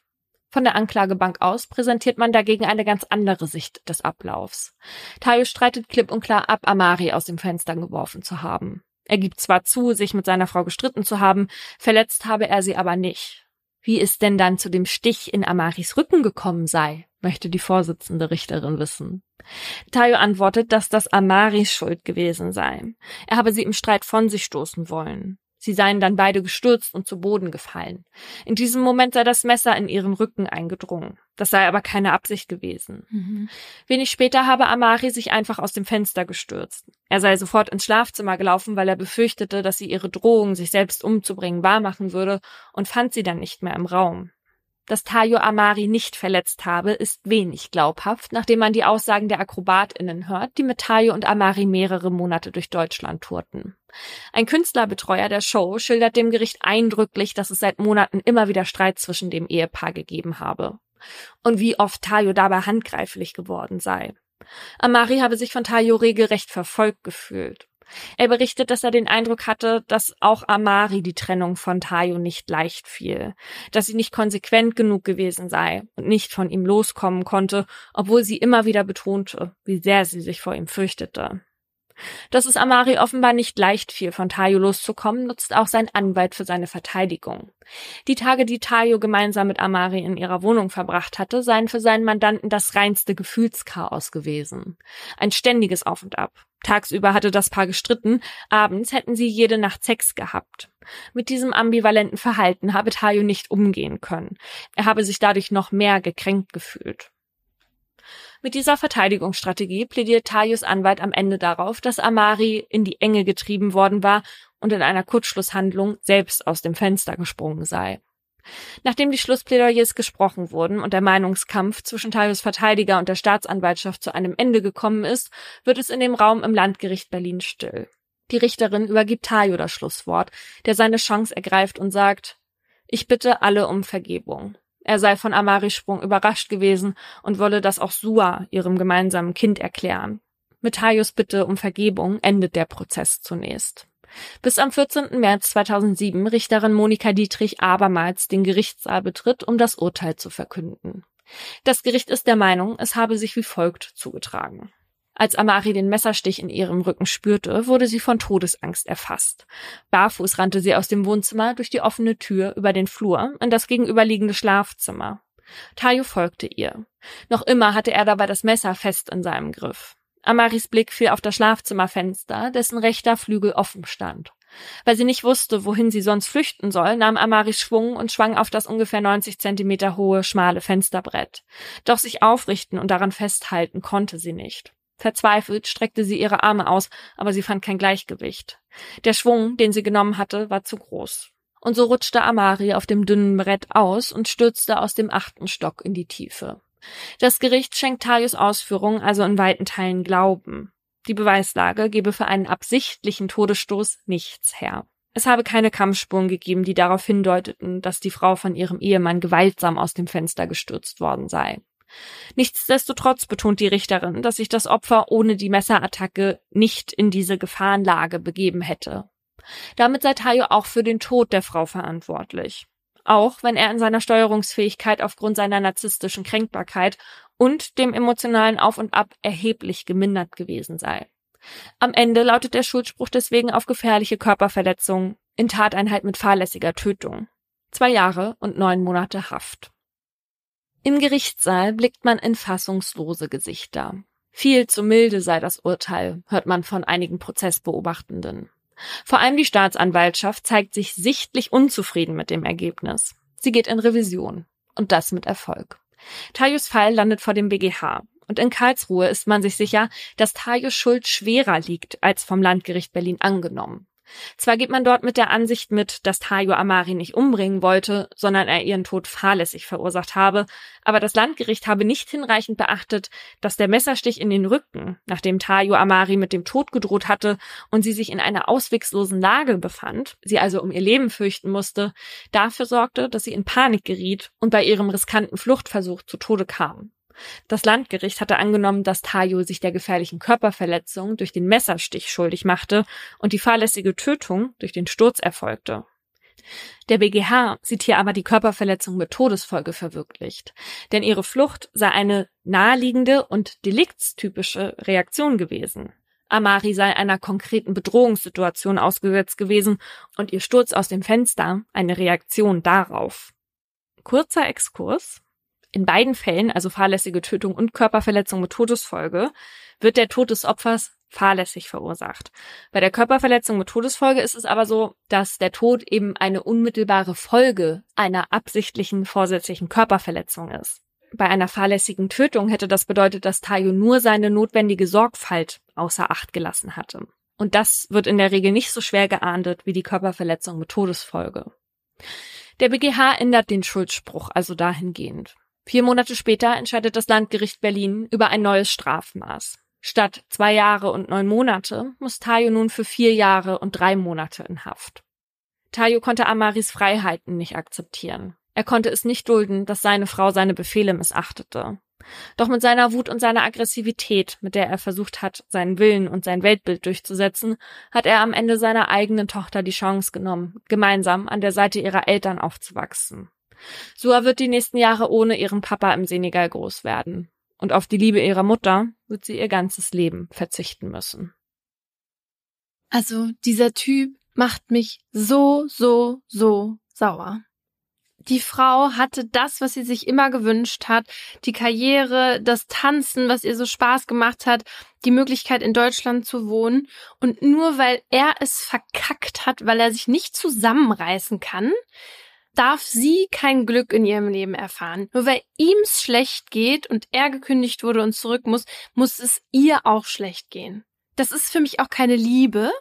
Von der Anklagebank aus präsentiert man dagegen eine ganz andere Sicht des Ablaufs. Tayo streitet klipp und klar ab, Amari aus dem Fenster geworfen zu haben. Er gibt zwar zu, sich mit seiner Frau gestritten zu haben, verletzt habe er sie aber nicht. Wie es denn dann zu dem Stich in Amaris Rücken gekommen sei, möchte die Vorsitzende Richterin wissen. Tayo antwortet, dass das Amaris Schuld gewesen sei. Er habe sie im Streit von sich stoßen wollen. Sie seien dann beide gestürzt und zu Boden gefallen. In diesem Moment sei das Messer in ihren Rücken eingedrungen. Das sei aber keine Absicht gewesen. Mhm. Wenig später habe Amari sich einfach aus dem Fenster gestürzt. Er sei sofort ins Schlafzimmer gelaufen, weil er befürchtete, dass sie ihre Drohung, sich selbst umzubringen, wahrmachen würde, und fand sie dann nicht mehr im Raum. Dass Tayo Amari nicht verletzt habe, ist wenig glaubhaft, nachdem man die Aussagen der AkrobatInnen hört, die mit Tayo und Amari mehrere Monate durch Deutschland tourten. Ein Künstlerbetreuer der Show schildert dem Gericht eindrücklich, dass es seit Monaten immer wieder Streit zwischen dem Ehepaar gegeben habe. Und wie oft Tayo dabei handgreiflich geworden sei. Amari habe sich von Tayo regelrecht verfolgt gefühlt. Er berichtet, dass er den Eindruck hatte, dass auch Amari die Trennung von Tayo nicht leicht fiel, dass sie nicht konsequent genug gewesen sei und nicht von ihm loskommen konnte, obwohl sie immer wieder betonte, wie sehr sie sich vor ihm fürchtete. Dass es Amari offenbar nicht leicht fiel, von Tayo loszukommen, nutzt auch sein Anwalt für seine Verteidigung. Die Tage, die Tayo gemeinsam mit Amari in ihrer Wohnung verbracht hatte, seien für seinen Mandanten das reinste Gefühlschaos gewesen. Ein ständiges Auf und Ab. Tagsüber hatte das Paar gestritten, abends hätten sie jede Nacht Sex gehabt. Mit diesem ambivalenten Verhalten habe Tayo nicht umgehen können. Er habe sich dadurch noch mehr gekränkt gefühlt. Mit dieser Verteidigungsstrategie plädiert Tayos Anwalt am Ende darauf, dass Amari in die Enge getrieben worden war und in einer Kurzschlusshandlung selbst aus dem Fenster gesprungen sei. Nachdem die Schlussplädoyers gesprochen wurden und der Meinungskampf zwischen Tayos Verteidiger und der Staatsanwaltschaft zu einem Ende gekommen ist, wird es in dem Raum im Landgericht Berlin still. Die Richterin übergibt Tayo das Schlusswort, der seine Chance ergreift und sagt: Ich bitte alle um Vergebung. Er sei von Amaris Sprung überrascht gewesen und wolle das auch Sua, ihrem gemeinsamen Kind, erklären. Mit Tayos Bitte um Vergebung endet der Prozess zunächst. Bis am vierzehnten März zweitausendsieben Richterin Monika Dietrich abermals den Gerichtssaal betritt, um das Urteil zu verkünden. Das Gericht ist der Meinung, es habe sich wie folgt zugetragen. Als Amari den Messerstich in ihrem Rücken spürte, wurde sie von Todesangst erfasst. Barfuß rannte sie aus dem Wohnzimmer durch die offene Tür über den Flur in das gegenüberliegende Schlafzimmer. Tayo folgte ihr. Noch immer hatte er dabei das Messer fest in seinem Griff. Amaris Blick fiel auf das Schlafzimmerfenster, dessen rechter Flügel offen stand. Weil sie nicht wusste, wohin sie sonst flüchten soll, nahm Amari Schwung und schwang auf das ungefähr neunzig Zentimeter hohe, schmale Fensterbrett. Doch sich aufrichten und daran festhalten konnte sie nicht. Verzweifelt streckte sie ihre Arme aus, aber sie fand kein Gleichgewicht. Der Schwung, den sie genommen hatte, war zu groß. Und so rutschte Amari auf dem dünnen Brett aus und stürzte aus dem achten Stock in die Tiefe. Das Gericht schenkt Tayos Ausführungen also in weiten Teilen Glauben. Die Beweislage gebe für einen absichtlichen Todesstoß nichts her. Es habe keine Kampfspuren gegeben, die darauf hindeuteten, dass die Frau von ihrem Ehemann gewaltsam aus dem Fenster gestürzt worden sei. Nichtsdestotrotz betont die Richterin, dass sich das Opfer ohne die Messerattacke nicht in diese Gefahrenlage begeben hätte. Damit sei Tayo auch für den Tod der Frau verantwortlich. Auch wenn er in seiner Steuerungsfähigkeit aufgrund seiner narzisstischen Kränkbarkeit und dem emotionalen Auf und Ab erheblich gemindert gewesen sei. Am Ende lautet der Schuldspruch deswegen auf gefährliche Körperverletzung in Tateinheit mit fahrlässiger Tötung. Zwei Jahre und neun Monate Haft. Im Gerichtssaal blickt man in fassungslose Gesichter. Viel zu milde sei das Urteil, hört man von einigen Prozessbeobachtenden. Vor allem die Staatsanwaltschaft zeigt sich sichtlich unzufrieden mit dem Ergebnis. Sie geht in Revision. Und das mit Erfolg. Tayos Fall landet vor dem B G H. Und in Karlsruhe ist man sich sicher, dass Tayos Schuld schwerer liegt als vom Landgericht Berlin angenommen. Zwar geht man dort mit der Ansicht mit, dass Tayo Amari nicht umbringen wollte, sondern er ihren Tod fahrlässig verursacht habe, aber das Landgericht habe nicht hinreichend beachtet, dass der Messerstich in den Rücken, nachdem Tayo Amari mit dem Tod gedroht hatte und sie sich in einer ausweglosen Lage befand, sie also um ihr Leben fürchten musste, dafür sorgte, dass sie in Panik geriet und bei ihrem riskanten Fluchtversuch zu Tode kam. Das Landgericht hatte angenommen, dass Tayo sich der gefährlichen Körperverletzung durch den Messerstich schuldig machte und die fahrlässige Tötung durch den Sturz erfolgte. Der B G H sieht hier aber die Körperverletzung mit Todesfolge verwirklicht. Denn ihre Flucht sei eine naheliegende und deliktstypische Reaktion gewesen. Amari sei einer konkreten Bedrohungssituation ausgesetzt gewesen und ihr Sturz aus dem Fenster eine Reaktion darauf. Kurzer Exkurs. In beiden Fällen, also fahrlässige Tötung und Körperverletzung mit Todesfolge, wird der Tod des Opfers fahrlässig verursacht. Bei der Körperverletzung mit Todesfolge ist es aber so, dass der Tod eben eine unmittelbare Folge einer absichtlichen vorsätzlichen Körperverletzung ist. Bei einer fahrlässigen Tötung hätte das bedeutet, dass Tayo nur seine notwendige Sorgfalt außer Acht gelassen hatte. Und das wird in der Regel nicht so schwer geahndet wie die Körperverletzung mit Todesfolge. Der B G H ändert den Schuldspruch also dahingehend. Vier Monate später entscheidet das Landgericht Berlin über ein neues Strafmaß. Statt zwei Jahre und neun Monate muss Tayo nun für vier Jahre und drei Monate in Haft. Tayo konnte Amaris Freiheiten nicht akzeptieren. Er konnte es nicht dulden, dass seine Frau seine Befehle missachtete. Doch mit seiner Wut und seiner Aggressivität, mit der er versucht hat, seinen Willen und sein Weltbild durchzusetzen, hat er am Ende seiner eigenen Tochter die Chance genommen, gemeinsam an der Seite ihrer Eltern aufzuwachsen. Sua wird die nächsten Jahre ohne ihren Papa im Senegal groß werden. Und auf die Liebe ihrer Mutter wird sie ihr ganzes Leben verzichten müssen. Also dieser Typ macht mich so, so, so sauer. Die Frau hatte das, was sie sich immer gewünscht hat, die Karriere, das Tanzen, was ihr so Spaß gemacht hat, die Möglichkeit in Deutschland zu wohnen. Und nur weil er es verkackt hat, weil er sich nicht zusammenreißen kann, darf sie kein Glück in ihrem Leben erfahren. Nur weil ihm's schlecht geht und er gekündigt wurde und zurück muss, muss es ihr auch schlecht gehen. Das ist für mich auch keine Liebe.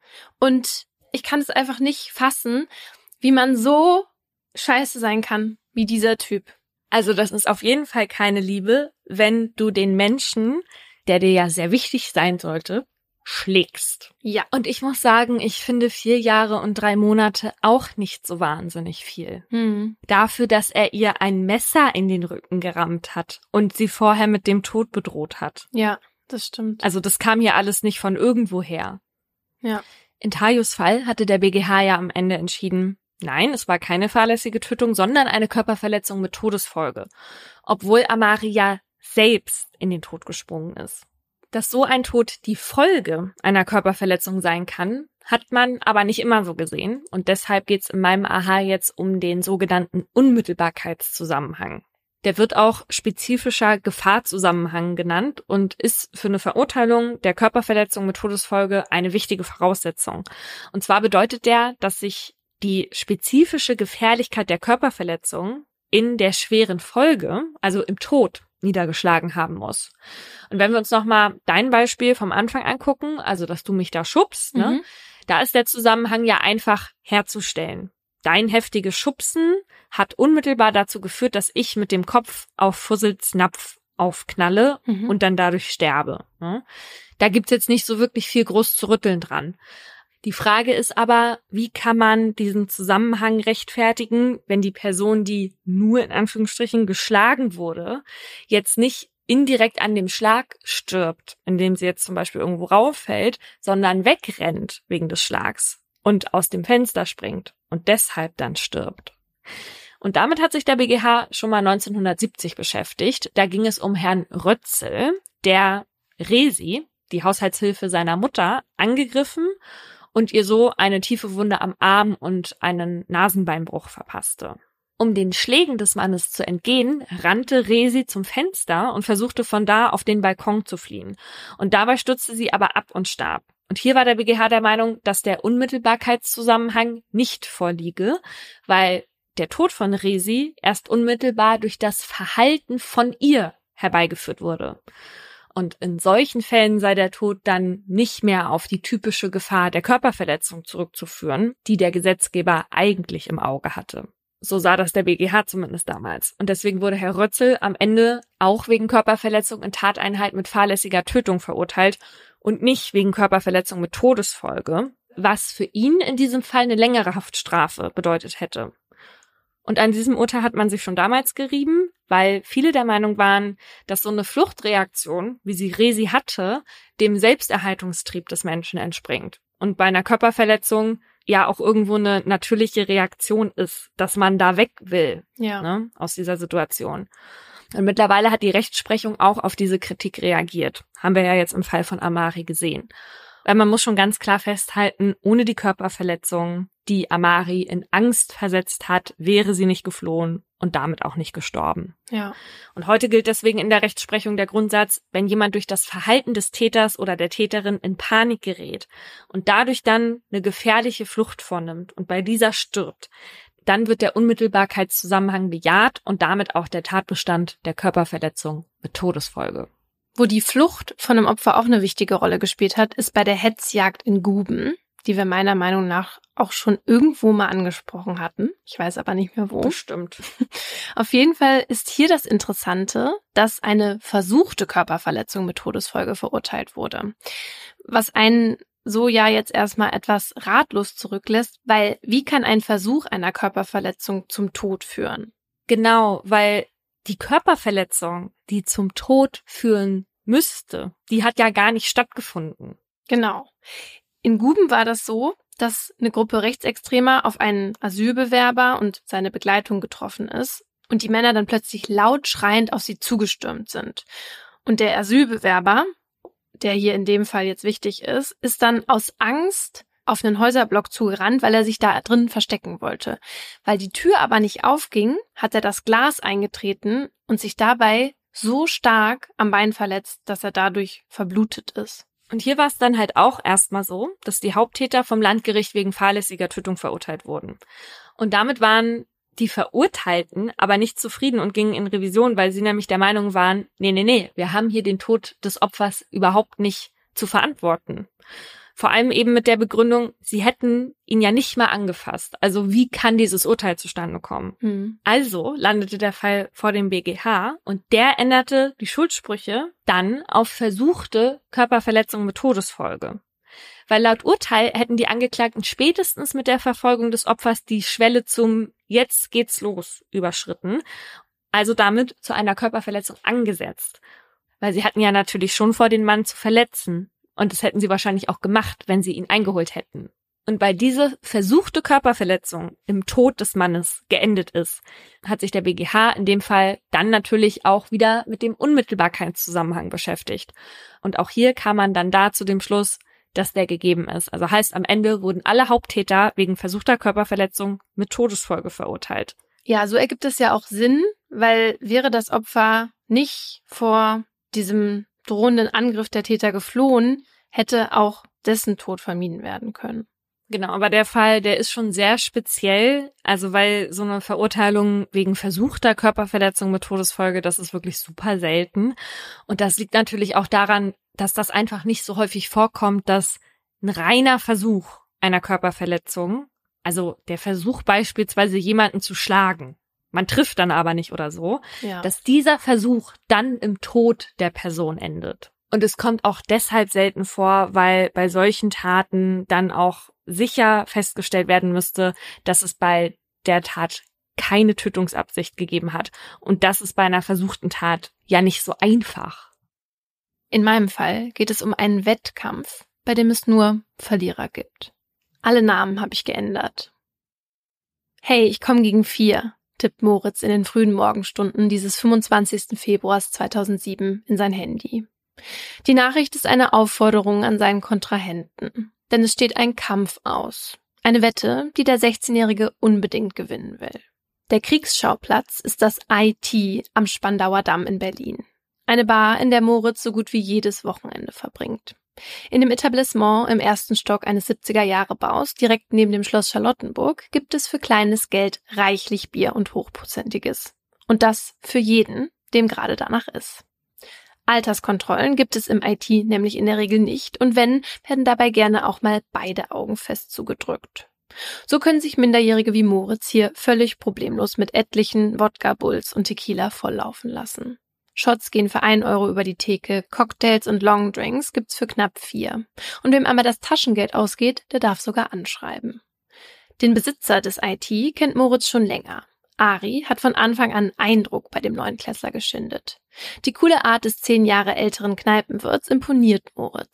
Und ich kann es einfach nicht fassen, wie man so scheiße sein kann, wie dieser Typ. Also das ist auf jeden Fall keine Liebe, wenn du den Menschen, der dir ja sehr wichtig sein sollte, schlägst. Ja. Und ich muss sagen, ich finde vier Jahre und drei Monate auch nicht so wahnsinnig viel. Hm. Dafür, dass er ihr ein Messer in den Rücken gerammt hat und sie vorher mit dem Tod bedroht hat. Ja, das stimmt. Also das kam hier alles nicht von irgendwoher. Ja. In Tayos Fall hatte der B G H ja am Ende entschieden, nein, es war keine fahrlässige Tötung, sondern eine Körperverletzung mit Todesfolge. Obwohl Amari ja selbst in den Tod gesprungen ist. Dass so ein Tod die Folge einer Körperverletzung sein kann, hat man aber nicht immer so gesehen. Und deshalb geht es in meinem Aha jetzt um den sogenannten Unmittelbarkeitszusammenhang. Der wird auch spezifischer Gefahrzusammenhang genannt und ist für eine Verurteilung der Körperverletzung mit Todesfolge eine wichtige Voraussetzung. Und zwar bedeutet der, dass sich die spezifische Gefährlichkeit der Körperverletzung in der schweren Folge, also im Tod, niedergeschlagen haben muss. Und wenn wir uns nochmal dein Beispiel vom Anfang angucken, also dass du mich da schubst, ne, Mhm. da ist der Zusammenhang ja einfach herzustellen. Dein heftiges Schubsen hat unmittelbar dazu geführt, dass ich mit dem Kopf auf Fussels Napf aufknalle Mhm. und dann dadurch sterbe. Ne? Da gibt's jetzt nicht so wirklich viel groß zu rütteln dran. Die Frage ist aber, wie kann man diesen Zusammenhang rechtfertigen, wenn die Person, die nur in Anführungsstrichen geschlagen wurde, jetzt nicht indirekt an dem Schlag stirbt, indem sie jetzt zum Beispiel irgendwo rauffällt, sondern wegrennt wegen des Schlags und aus dem Fenster springt und deshalb dann stirbt. Und damit hat sich der B G H schon mal neunzehnhundertsiebzig beschäftigt. Da ging es um Herrn Rötzel, der Resi, die Haushaltshilfe seiner Mutter, angegriffen und ihr so eine tiefe Wunde am Arm und einen Nasenbeinbruch verpasste. Um den Schlägen des Mannes zu entgehen, rannte Resi zum Fenster und versuchte von da auf den Balkon zu fliehen. Und dabei stürzte sie aber ab und starb. Und hier war der B G H der Meinung, dass der Unmittelbarkeitszusammenhang nicht vorliege, weil der Tod von Resi erst unmittelbar durch das Verhalten von ihr herbeigeführt wurde. Und in solchen Fällen sei der Tod dann nicht mehr auf die typische Gefahr der Körperverletzung zurückzuführen, die der Gesetzgeber eigentlich im Auge hatte. So sah das der B G H zumindest damals. Und deswegen wurde Herr Rötzel am Ende auch wegen Körperverletzung in Tateinheit mit fahrlässiger Tötung verurteilt und nicht wegen Körperverletzung mit Todesfolge, was für ihn in diesem Fall eine längere Haftstrafe bedeutet hätte. Und an diesem Urteil hat man sich schon damals gerieben, weil viele der Meinung waren, dass so eine Fluchtreaktion, wie sie Resi hatte, dem Selbsterhaltungstrieb des Menschen entspringt. und bei einer Körperverletzung ja auch irgendwo eine natürliche Reaktion ist, dass man da weg will, Ja. ne, aus dieser Situation. Und mittlerweile hat die Rechtsprechung auch auf diese Kritik reagiert. Haben wir ja jetzt im Fall von Amari gesehen. Weil man muss schon ganz klar festhalten, ohne die Körperverletzung, die Amari in Angst versetzt hat, wäre sie nicht geflohen und damit auch nicht gestorben. Ja. Und heute gilt deswegen in der Rechtsprechung der Grundsatz, wenn jemand durch das Verhalten des Täters oder der Täterin in Panik gerät und dadurch dann eine gefährliche Flucht vornimmt und bei dieser stirbt, dann wird der Unmittelbarkeitszusammenhang bejaht und damit auch der Tatbestand der Körperverletzung mit Todesfolge. Wo die Flucht von einem Opfer auch eine wichtige Rolle gespielt hat, ist bei der Hetzjagd in Guben, die wir meiner Meinung nach auch schon irgendwo mal angesprochen hatten. Ich weiß aber nicht mehr wo. Bestimmt. Auf jeden Fall ist hier das Interessante, dass eine versuchte Körperverletzung mit Todesfolge verurteilt wurde. Was einen so ja jetzt erstmal etwas ratlos zurücklässt, weil wie kann ein Versuch einer Körperverletzung zum Tod führen? Genau, weil die Körperverletzung, die zum Tod führen müsste, die hat ja gar nicht stattgefunden. Genau. In Guben war das so, dass eine Gruppe Rechtsextremer auf einen Asylbewerber und seine Begleitung getroffen ist und die Männer dann plötzlich laut schreiend auf sie zugestürmt sind. Und der Asylbewerber, der hier in dem Fall jetzt wichtig ist, ist dann aus Angst auf einen Häuserblock zugerannt, weil er sich da drin verstecken wollte. Weil die Tür aber nicht aufging, hat er das Glas eingetreten und sich dabei so stark am Bein verletzt, dass er dadurch verblutet ist. Und hier war es dann halt auch erstmal so, dass die Haupttäter vom Landgericht wegen fahrlässiger Tötung verurteilt wurden. Und damit waren die Verurteilten aber nicht zufrieden und gingen in Revision, weil sie nämlich der Meinung waren, nee, nee, nee, wir haben hier den Tod des Opfers überhaupt nicht zu verantworten. Vor allem eben mit der Begründung, sie hätten ihn ja nicht mal angefasst. Also wie kann dieses Urteil zustande kommen? Hm. Also landete der Fall vor dem B G H und der änderte die Schuldsprüche dann auf versuchte Körperverletzung mit Todesfolge. Weil laut Urteil hätten die Angeklagten spätestens mit der Verfolgung des Opfers die Schwelle zum Jetzt geht's los überschritten, also damit zu einer Körperverletzung angesetzt. Weil sie hatten ja natürlich schon vor, den Mann zu verletzen. Und das hätten sie wahrscheinlich auch gemacht, wenn sie ihn eingeholt hätten. Und weil diese versuchte Körperverletzung im Tod des Mannes geendet ist, hat sich der B G H in dem Fall dann natürlich auch wieder mit dem Unmittelbarkeitszusammenhang beschäftigt. Und auch hier kam man dann da zu dem Schluss, dass der gegeben ist. Also heißt, am Ende wurden alle Haupttäter wegen versuchter Körperverletzung mit Todesfolge verurteilt. Ja, so ergibt es ja auch Sinn, weil wäre das Opfer nicht vor diesem drohenden Angriff der Täter geflohen, hätte auch dessen Tod vermieden werden können. Genau, aber der Fall, der ist schon sehr speziell, also weil so eine Verurteilung wegen versuchter Körperverletzung mit Todesfolge, das ist wirklich super selten. Und das liegt natürlich auch daran, dass das einfach nicht so häufig vorkommt, dass ein reiner Versuch einer Körperverletzung, also der Versuch beispielsweise jemanden zu schlagen, man trifft dann aber nicht oder so, Ja. dass dieser Versuch dann im Tod der Person endet. Und es kommt auch deshalb selten vor, weil bei solchen Taten dann auch sicher festgestellt werden müsste, dass es bei der Tat keine Tötungsabsicht gegeben hat. Und das ist bei einer versuchten Tat ja nicht so einfach. In meinem Fall geht es um einen Wettkampf, bei dem es nur Verlierer gibt. Alle Namen habe ich geändert. Hey, ich komme gegen vier, tippt Moritz in den frühen Morgenstunden dieses fünfundzwanzigsten Februars zweitausendsieben in sein Handy. Die Nachricht ist eine Aufforderung an seinen Kontrahenten, denn es steht ein Kampf aus. Eine Wette, die der sechzehnjährige unbedingt gewinnen will. Der Kriegsschauplatz ist das I T am Spandauer Damm in Berlin. Eine Bar, in der Moritz so gut wie jedes Wochenende verbringt. In dem Etablissement im ersten Stock eines siebziger-Jahre-Baus, direkt neben dem Schloss Charlottenburg, gibt es für kleines Geld reichlich Bier und Hochprozentiges. Und das für jeden, dem gerade danach ist. Alterskontrollen gibt es im I T nämlich in der Regel nicht und wenn, werden dabei gerne auch mal beide Augen fest zugedrückt. So können sich Minderjährige wie Moritz hier völlig problemlos mit etlichen Wodka, Bulls und Tequila volllaufen lassen. Shots gehen für einen Euro über die Theke, Cocktails und Longdrinks gibt's für knapp vier. Und wem einmal das Taschengeld ausgeht, der darf sogar anschreiben. Den Besitzer des I T kennt Moritz schon länger. Ari hat von Anfang an Eindruck bei dem Neunklässler geschindet. Die coole Art des zehn Jahre älteren Kneipenwirts imponiert Moritz.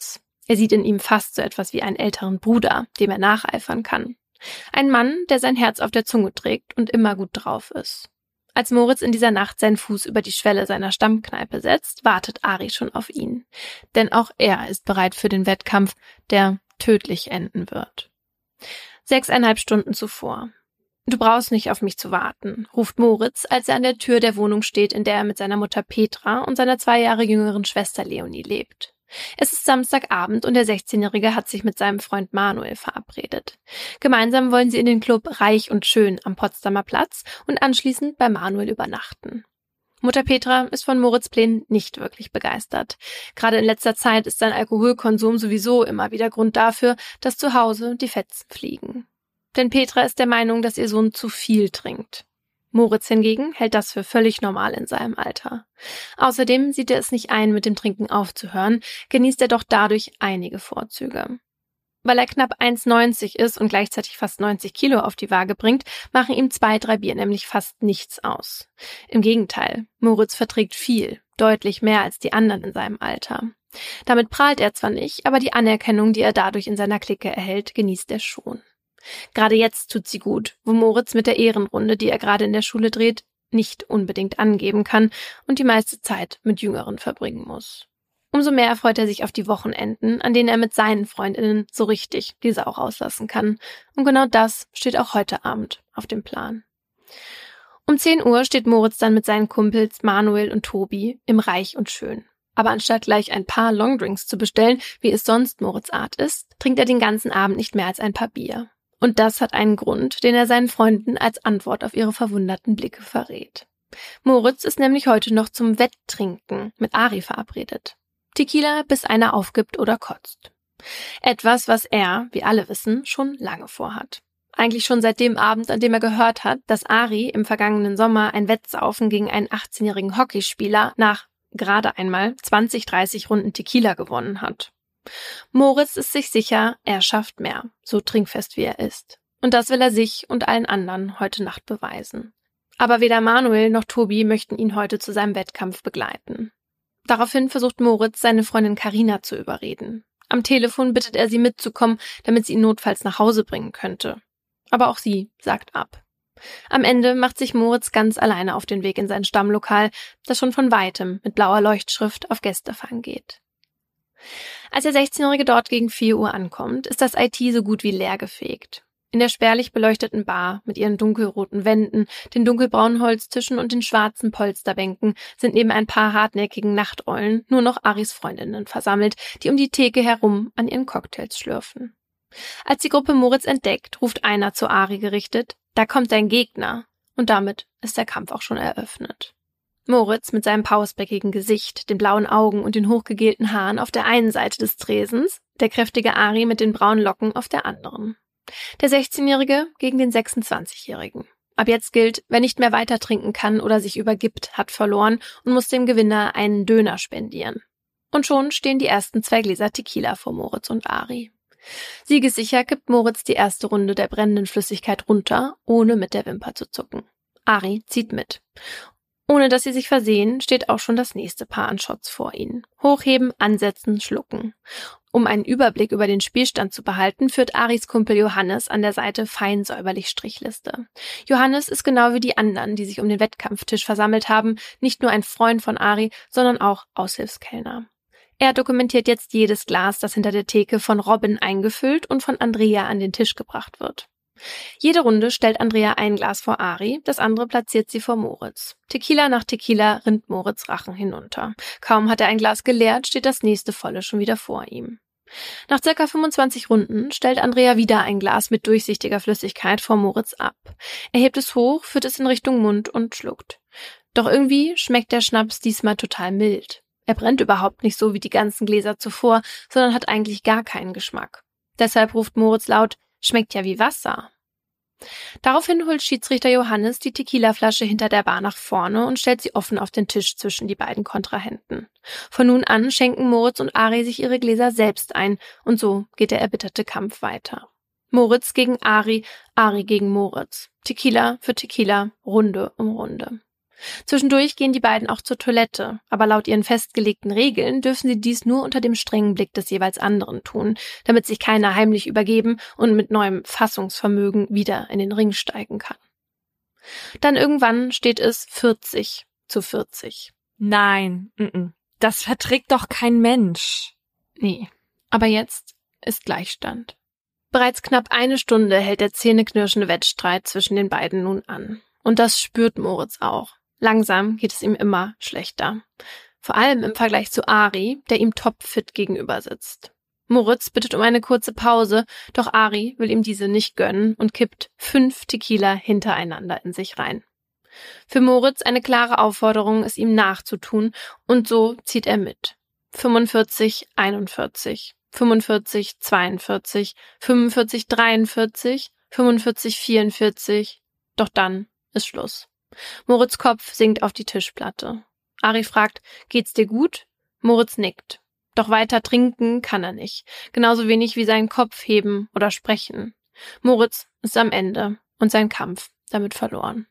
Er sieht in ihm fast so etwas wie einen älteren Bruder, dem er nacheifern kann. Ein Mann, der sein Herz auf der Zunge trägt und immer gut drauf ist. Als Moritz in dieser Nacht seinen Fuß über die Schwelle seiner Stammkneipe setzt, wartet Ari schon auf ihn. Denn auch er ist bereit für den Wettkampf, der tödlich enden wird. Sechseinhalb Stunden zuvor. »Du brauchst nicht auf mich zu warten«, ruft Moritz, als er an der Tür der Wohnung steht, in der er mit seiner Mutter Petra und seiner zwei Jahre jüngeren Schwester Leonie lebt. Es ist Samstagabend und der sechzehnjährige hat sich mit seinem Freund Manuel verabredet. Gemeinsam wollen sie in den Club Reich und Schön am Potsdamer Platz und anschließend bei Manuel übernachten. Mutter Petra ist von Moritz' Plänen nicht wirklich begeistert. Gerade in letzter Zeit ist sein Alkoholkonsum sowieso immer wieder Grund dafür, dass zu Hause die Fetzen fliegen. Denn Petra ist der Meinung, dass ihr Sohn zu viel trinkt. Moritz hingegen hält das für völlig normal in seinem Alter. Außerdem sieht er es nicht ein, mit dem Trinken aufzuhören, genießt er doch dadurch einige Vorzüge. Weil er knapp eins neunzig ist und gleichzeitig fast neunzig Kilo auf die Waage bringt, machen ihm zwei, drei Bier nämlich fast nichts aus. Im Gegenteil, Moritz verträgt viel, deutlich mehr als die anderen in seinem Alter. Damit prahlt er zwar nicht, aber die Anerkennung, die er dadurch in seiner Clique erhält, genießt er schon. Gerade jetzt tut sie gut, wo Moritz mit der Ehrenrunde, die er gerade in der Schule dreht, nicht unbedingt angeben kann und die meiste Zeit mit Jüngeren verbringen muss. Umso mehr freut er sich auf die Wochenenden, an denen er mit seinen Freundinnen so richtig die Sau rauslassen kann. Und genau das steht auch heute Abend auf dem Plan. Um zehn Uhr steht Moritz dann mit seinen Kumpels Manuel und Tobi im Reich und Schön. Aber anstatt gleich ein paar Longdrinks zu bestellen, wie es sonst Moritz' Art ist, trinkt er den ganzen Abend nicht mehr als ein paar Bier. Und das hat einen Grund, den er seinen Freunden als Antwort auf ihre verwunderten Blicke verrät. Moritz ist nämlich heute noch zum Wetttrinken mit Ari verabredet. Tequila, bis einer aufgibt oder kotzt. Etwas, was er, wie alle wissen, schon lange vorhat. Eigentlich schon seit dem Abend, an dem er gehört hat, dass Ari im vergangenen Sommer ein Wettsaufen gegen einen achtzehnjährigen Hockeyspieler nach gerade einmal zwanzig, dreißig Runden Tequila gewonnen hat. Moritz ist sich sicher, er schafft mehr, so trinkfest wie er ist. Und das will er sich und allen anderen heute Nacht beweisen. Aber weder Manuel noch Tobi möchten ihn heute zu seinem Wettkampf begleiten. Daraufhin versucht Moritz, seine Freundin Carina zu überreden. Am Telefon bittet er sie mitzukommen, damit sie ihn notfalls nach Hause bringen könnte. Aber auch sie sagt ab. Am Ende macht sich Moritz ganz alleine auf den Weg in sein Stammlokal, das schon von weitem mit blauer Leuchtschrift auf Gästefang geht. Als der sechzehnjährige dort gegen vier Uhr ankommt, ist das I T so gut wie leer gefegt. In der spärlich beleuchteten Bar mit ihren dunkelroten Wänden, den dunkelbraunen Holztischen und den schwarzen Polsterbänken sind neben ein paar hartnäckigen Nachteulen nur noch Aris Freundinnen versammelt, die um die Theke herum an ihren Cocktails schlürfen. Als die Gruppe Moritz entdeckt, ruft einer zu Ari gerichtet: »Da kommt dein Gegner«, und damit ist der Kampf auch schon eröffnet. Moritz mit seinem pausbäckigen Gesicht, den blauen Augen und den hochgegelten Haaren auf der einen Seite des Tresens, der kräftige Ari mit den braunen Locken auf der anderen. Der sechzehnjährige gegen den sechsundzwanzigjährigen. Ab jetzt gilt, wer nicht mehr weiter trinken kann oder sich übergibt, hat verloren und muss dem Gewinner einen Döner spendieren. Und schon stehen die ersten zwei Gläser Tequila vor Moritz und Ari. Siegessicher kippt Moritz die erste Runde der brennenden Flüssigkeit runter, ohne mit der Wimper zu zucken. Ari zieht mit. Ohne dass sie sich versehen, steht auch schon das nächste Paar an Shots vor ihnen. Hochheben, ansetzen, schlucken. Um einen Überblick über den Spielstand zu behalten, führt Aris Kumpel Johannes an der Seite fein säuberlich Strichliste. Johannes ist genau wie die anderen, die sich um den Wettkampftisch versammelt haben, nicht nur ein Freund von Ari, sondern auch Aushilfskellner. Er dokumentiert jetzt jedes Glas, das hinter der Theke von Robin eingefüllt und von Andrea an den Tisch gebracht wird. Jede Runde stellt Andrea ein Glas vor Ari, das andere platziert sie vor Moritz. Tequila nach Tequila rinnt Moritz Rachen hinunter. Kaum hat er ein Glas geleert, steht das nächste volle schon wieder vor ihm. Nach circa fünfundzwanzig Runden stellt Andrea wieder ein Glas mit durchsichtiger Flüssigkeit vor Moritz ab. Er hebt es hoch, führt es in Richtung Mund und schluckt. Doch irgendwie schmeckt der Schnaps diesmal total mild. Er brennt überhaupt nicht so wie die ganzen Gläser zuvor, sondern hat eigentlich gar keinen Geschmack. Deshalb ruft Moritz laut: »Schmeckt ja wie Wasser.« Daraufhin holt Schiedsrichter Johannes die Tequilaflasche hinter der Bar nach vorne und stellt sie offen auf den Tisch zwischen die beiden Kontrahenten. Von nun an schenken Moritz und Ari sich ihre Gläser selbst ein und so geht der erbitterte Kampf weiter. Moritz gegen Ari, Ari gegen Moritz. Tequila für Tequila, Runde um Runde. Zwischendurch gehen die beiden auch zur Toilette, aber laut ihren festgelegten Regeln dürfen sie dies nur unter dem strengen Blick des jeweils anderen tun, damit sich keiner heimlich übergeben und mit neuem Fassungsvermögen wieder in den Ring steigen kann. Dann irgendwann steht es vierzig zu vierzig. Nein, n-n. Das verträgt doch kein Mensch. Nee, aber jetzt ist Gleichstand. Bereits knapp eine Stunde hält der zähneknirschende Wettstreit zwischen den beiden nun an. Und das spürt Moritz auch. Langsam geht es ihm immer schlechter. Vor allem im Vergleich zu Ari, der ihm topfit gegenüber sitzt. Moritz bittet um eine kurze Pause, doch Ari will ihm diese nicht gönnen und kippt fünf Tequila hintereinander in sich rein. Für Moritz eine klare Aufforderung, es ihm nachzutun, und so zieht er mit. fünfundvierzig, einundvierzig, fünfundvierzig, zweiundvierzig, fünfundvierzig, dreiundvierzig, fünfundvierzig, vierundvierzig. Doch dann ist Schluss. Moritz' Kopf sinkt auf die Tischplatte. Ari fragt, geht's dir gut? Moritz nickt. Doch weiter trinken kann er nicht. Genauso wenig wie seinen Kopf heben oder sprechen. Moritz ist am Ende und sein Kampf damit verloren.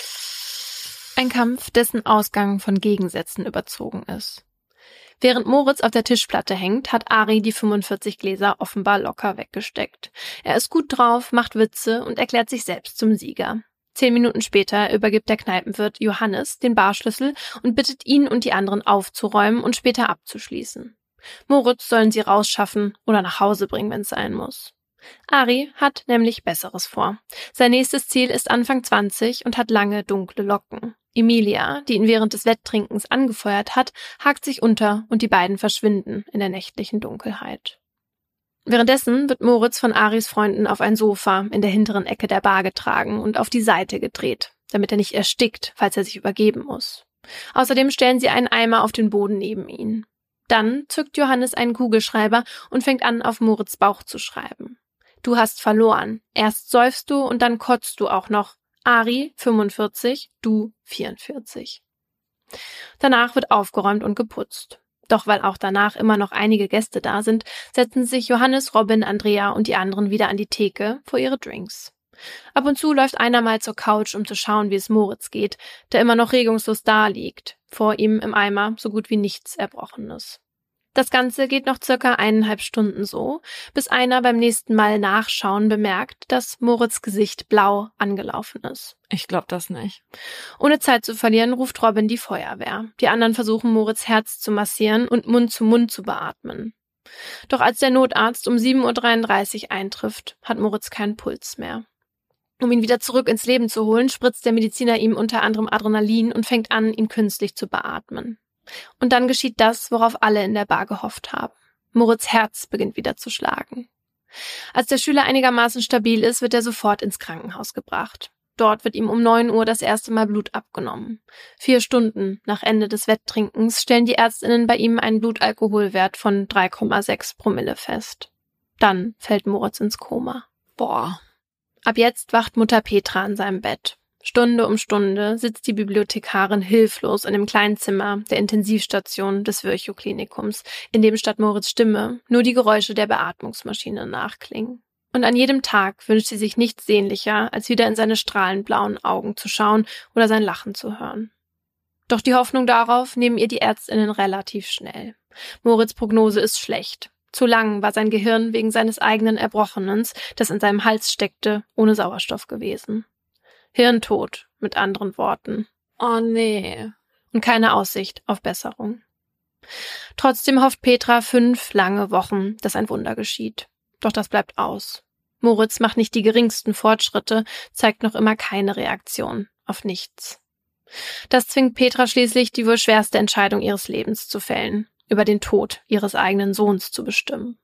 Ein Kampf, dessen Ausgang von Gegensätzen überzogen ist. Während Moritz auf der Tischplatte hängt, hat Ari die fünfundvierzig Gläser offenbar locker weggesteckt. Er ist gut drauf, macht Witze und erklärt sich selbst zum Sieger. Zehn Minuten später übergibt der Kneipenwirt Johannes den Barschlüssel und bittet ihn und die anderen aufzuräumen und später abzuschließen. Moritz sollen sie rausschaffen oder nach Hause bringen, wenn es sein muss. Ari hat nämlich Besseres vor. Sein nächstes Ziel ist Anfang zwanzig und hat lange, dunkle Locken. Emilia, die ihn während des Wetttrinkens angefeuert hat, hakt sich unter und die beiden verschwinden in der nächtlichen Dunkelheit. Währenddessen wird Moritz von Aris Freunden auf ein Sofa in der hinteren Ecke der Bar getragen und auf die Seite gedreht, damit er nicht erstickt, falls er sich übergeben muss. Außerdem stellen sie einen Eimer auf den Boden neben ihn. Dann zückt Johannes einen Kugelschreiber und fängt an, auf Moritz' Bauch zu schreiben. Du hast verloren. Erst säufst du und dann kotzt du auch noch. Ari fünfundvierzig, du vierundvierzig. Danach wird aufgeräumt und geputzt. Doch weil auch danach immer noch einige Gäste da sind, setzen sich Johannes, Robin, Andrea und die anderen wieder an die Theke vor ihre Drinks. Ab und zu läuft einer mal zur Couch, um zu schauen, wie es Moritz geht, der immer noch regungslos da liegt, vor ihm im Eimer so gut wie nichts Erbrochenes. Das Ganze geht noch circa eineinhalb Stunden so, bis einer beim nächsten Mal nachschauen bemerkt, dass Moritz' Gesicht blau angelaufen ist. Ich glaub das nicht. Ohne Zeit zu verlieren, ruft Robin die Feuerwehr. Die anderen versuchen, Moritz' Herz zu massieren und Mund zu Mund zu beatmen. Doch als der Notarzt um sieben Uhr dreiunddreißig eintrifft, hat Moritz keinen Puls mehr. Um ihn wieder zurück ins Leben zu holen, spritzt der Mediziner ihm unter anderem Adrenalin und fängt an, ihn künstlich zu beatmen. Und dann geschieht das, worauf alle in der Bar gehofft haben. Moritz' Herz beginnt wieder zu schlagen. Als der Schüler einigermaßen stabil ist, wird er sofort ins Krankenhaus gebracht. Dort wird ihm um neun Uhr das erste Mal Blut abgenommen. Vier Stunden nach Ende des Wetttrinkens stellen die Ärztinnen bei ihm einen Blutalkoholwert von drei Komma sechs Promille fest. Dann fällt Moritz ins Koma. Boah. Ab jetzt wacht Mutter Petra an seinem Bett. Stunde um Stunde sitzt die Bibliothekarin hilflos in dem kleinen Zimmer der Intensivstation des Virchow-Klinikums, in dem statt Moritz' Stimme nur die Geräusche der Beatmungsmaschine nachklingen. Und an jedem Tag wünscht sie sich nichts sehnlicher, als wieder in seine strahlend blauen Augen zu schauen oder sein Lachen zu hören. Doch die Hoffnung darauf nehmen ihr die Ärztinnen relativ schnell. Moritz' Prognose ist schlecht. Zu lang war sein Gehirn wegen seines eigenen Erbrochenens, das in seinem Hals steckte, ohne Sauerstoff gewesen. Hirntod, mit anderen Worten. Oh nee. Und keine Aussicht auf Besserung. Trotzdem hofft Petra fünf lange Wochen, dass ein Wunder geschieht. Doch das bleibt aus. Moritz macht nicht die geringsten Fortschritte, zeigt noch immer keine Reaktion auf nichts. Das zwingt Petra schließlich, die wohl schwerste Entscheidung ihres Lebens zu fällen, über den Tod ihres eigenen Sohns zu bestimmen.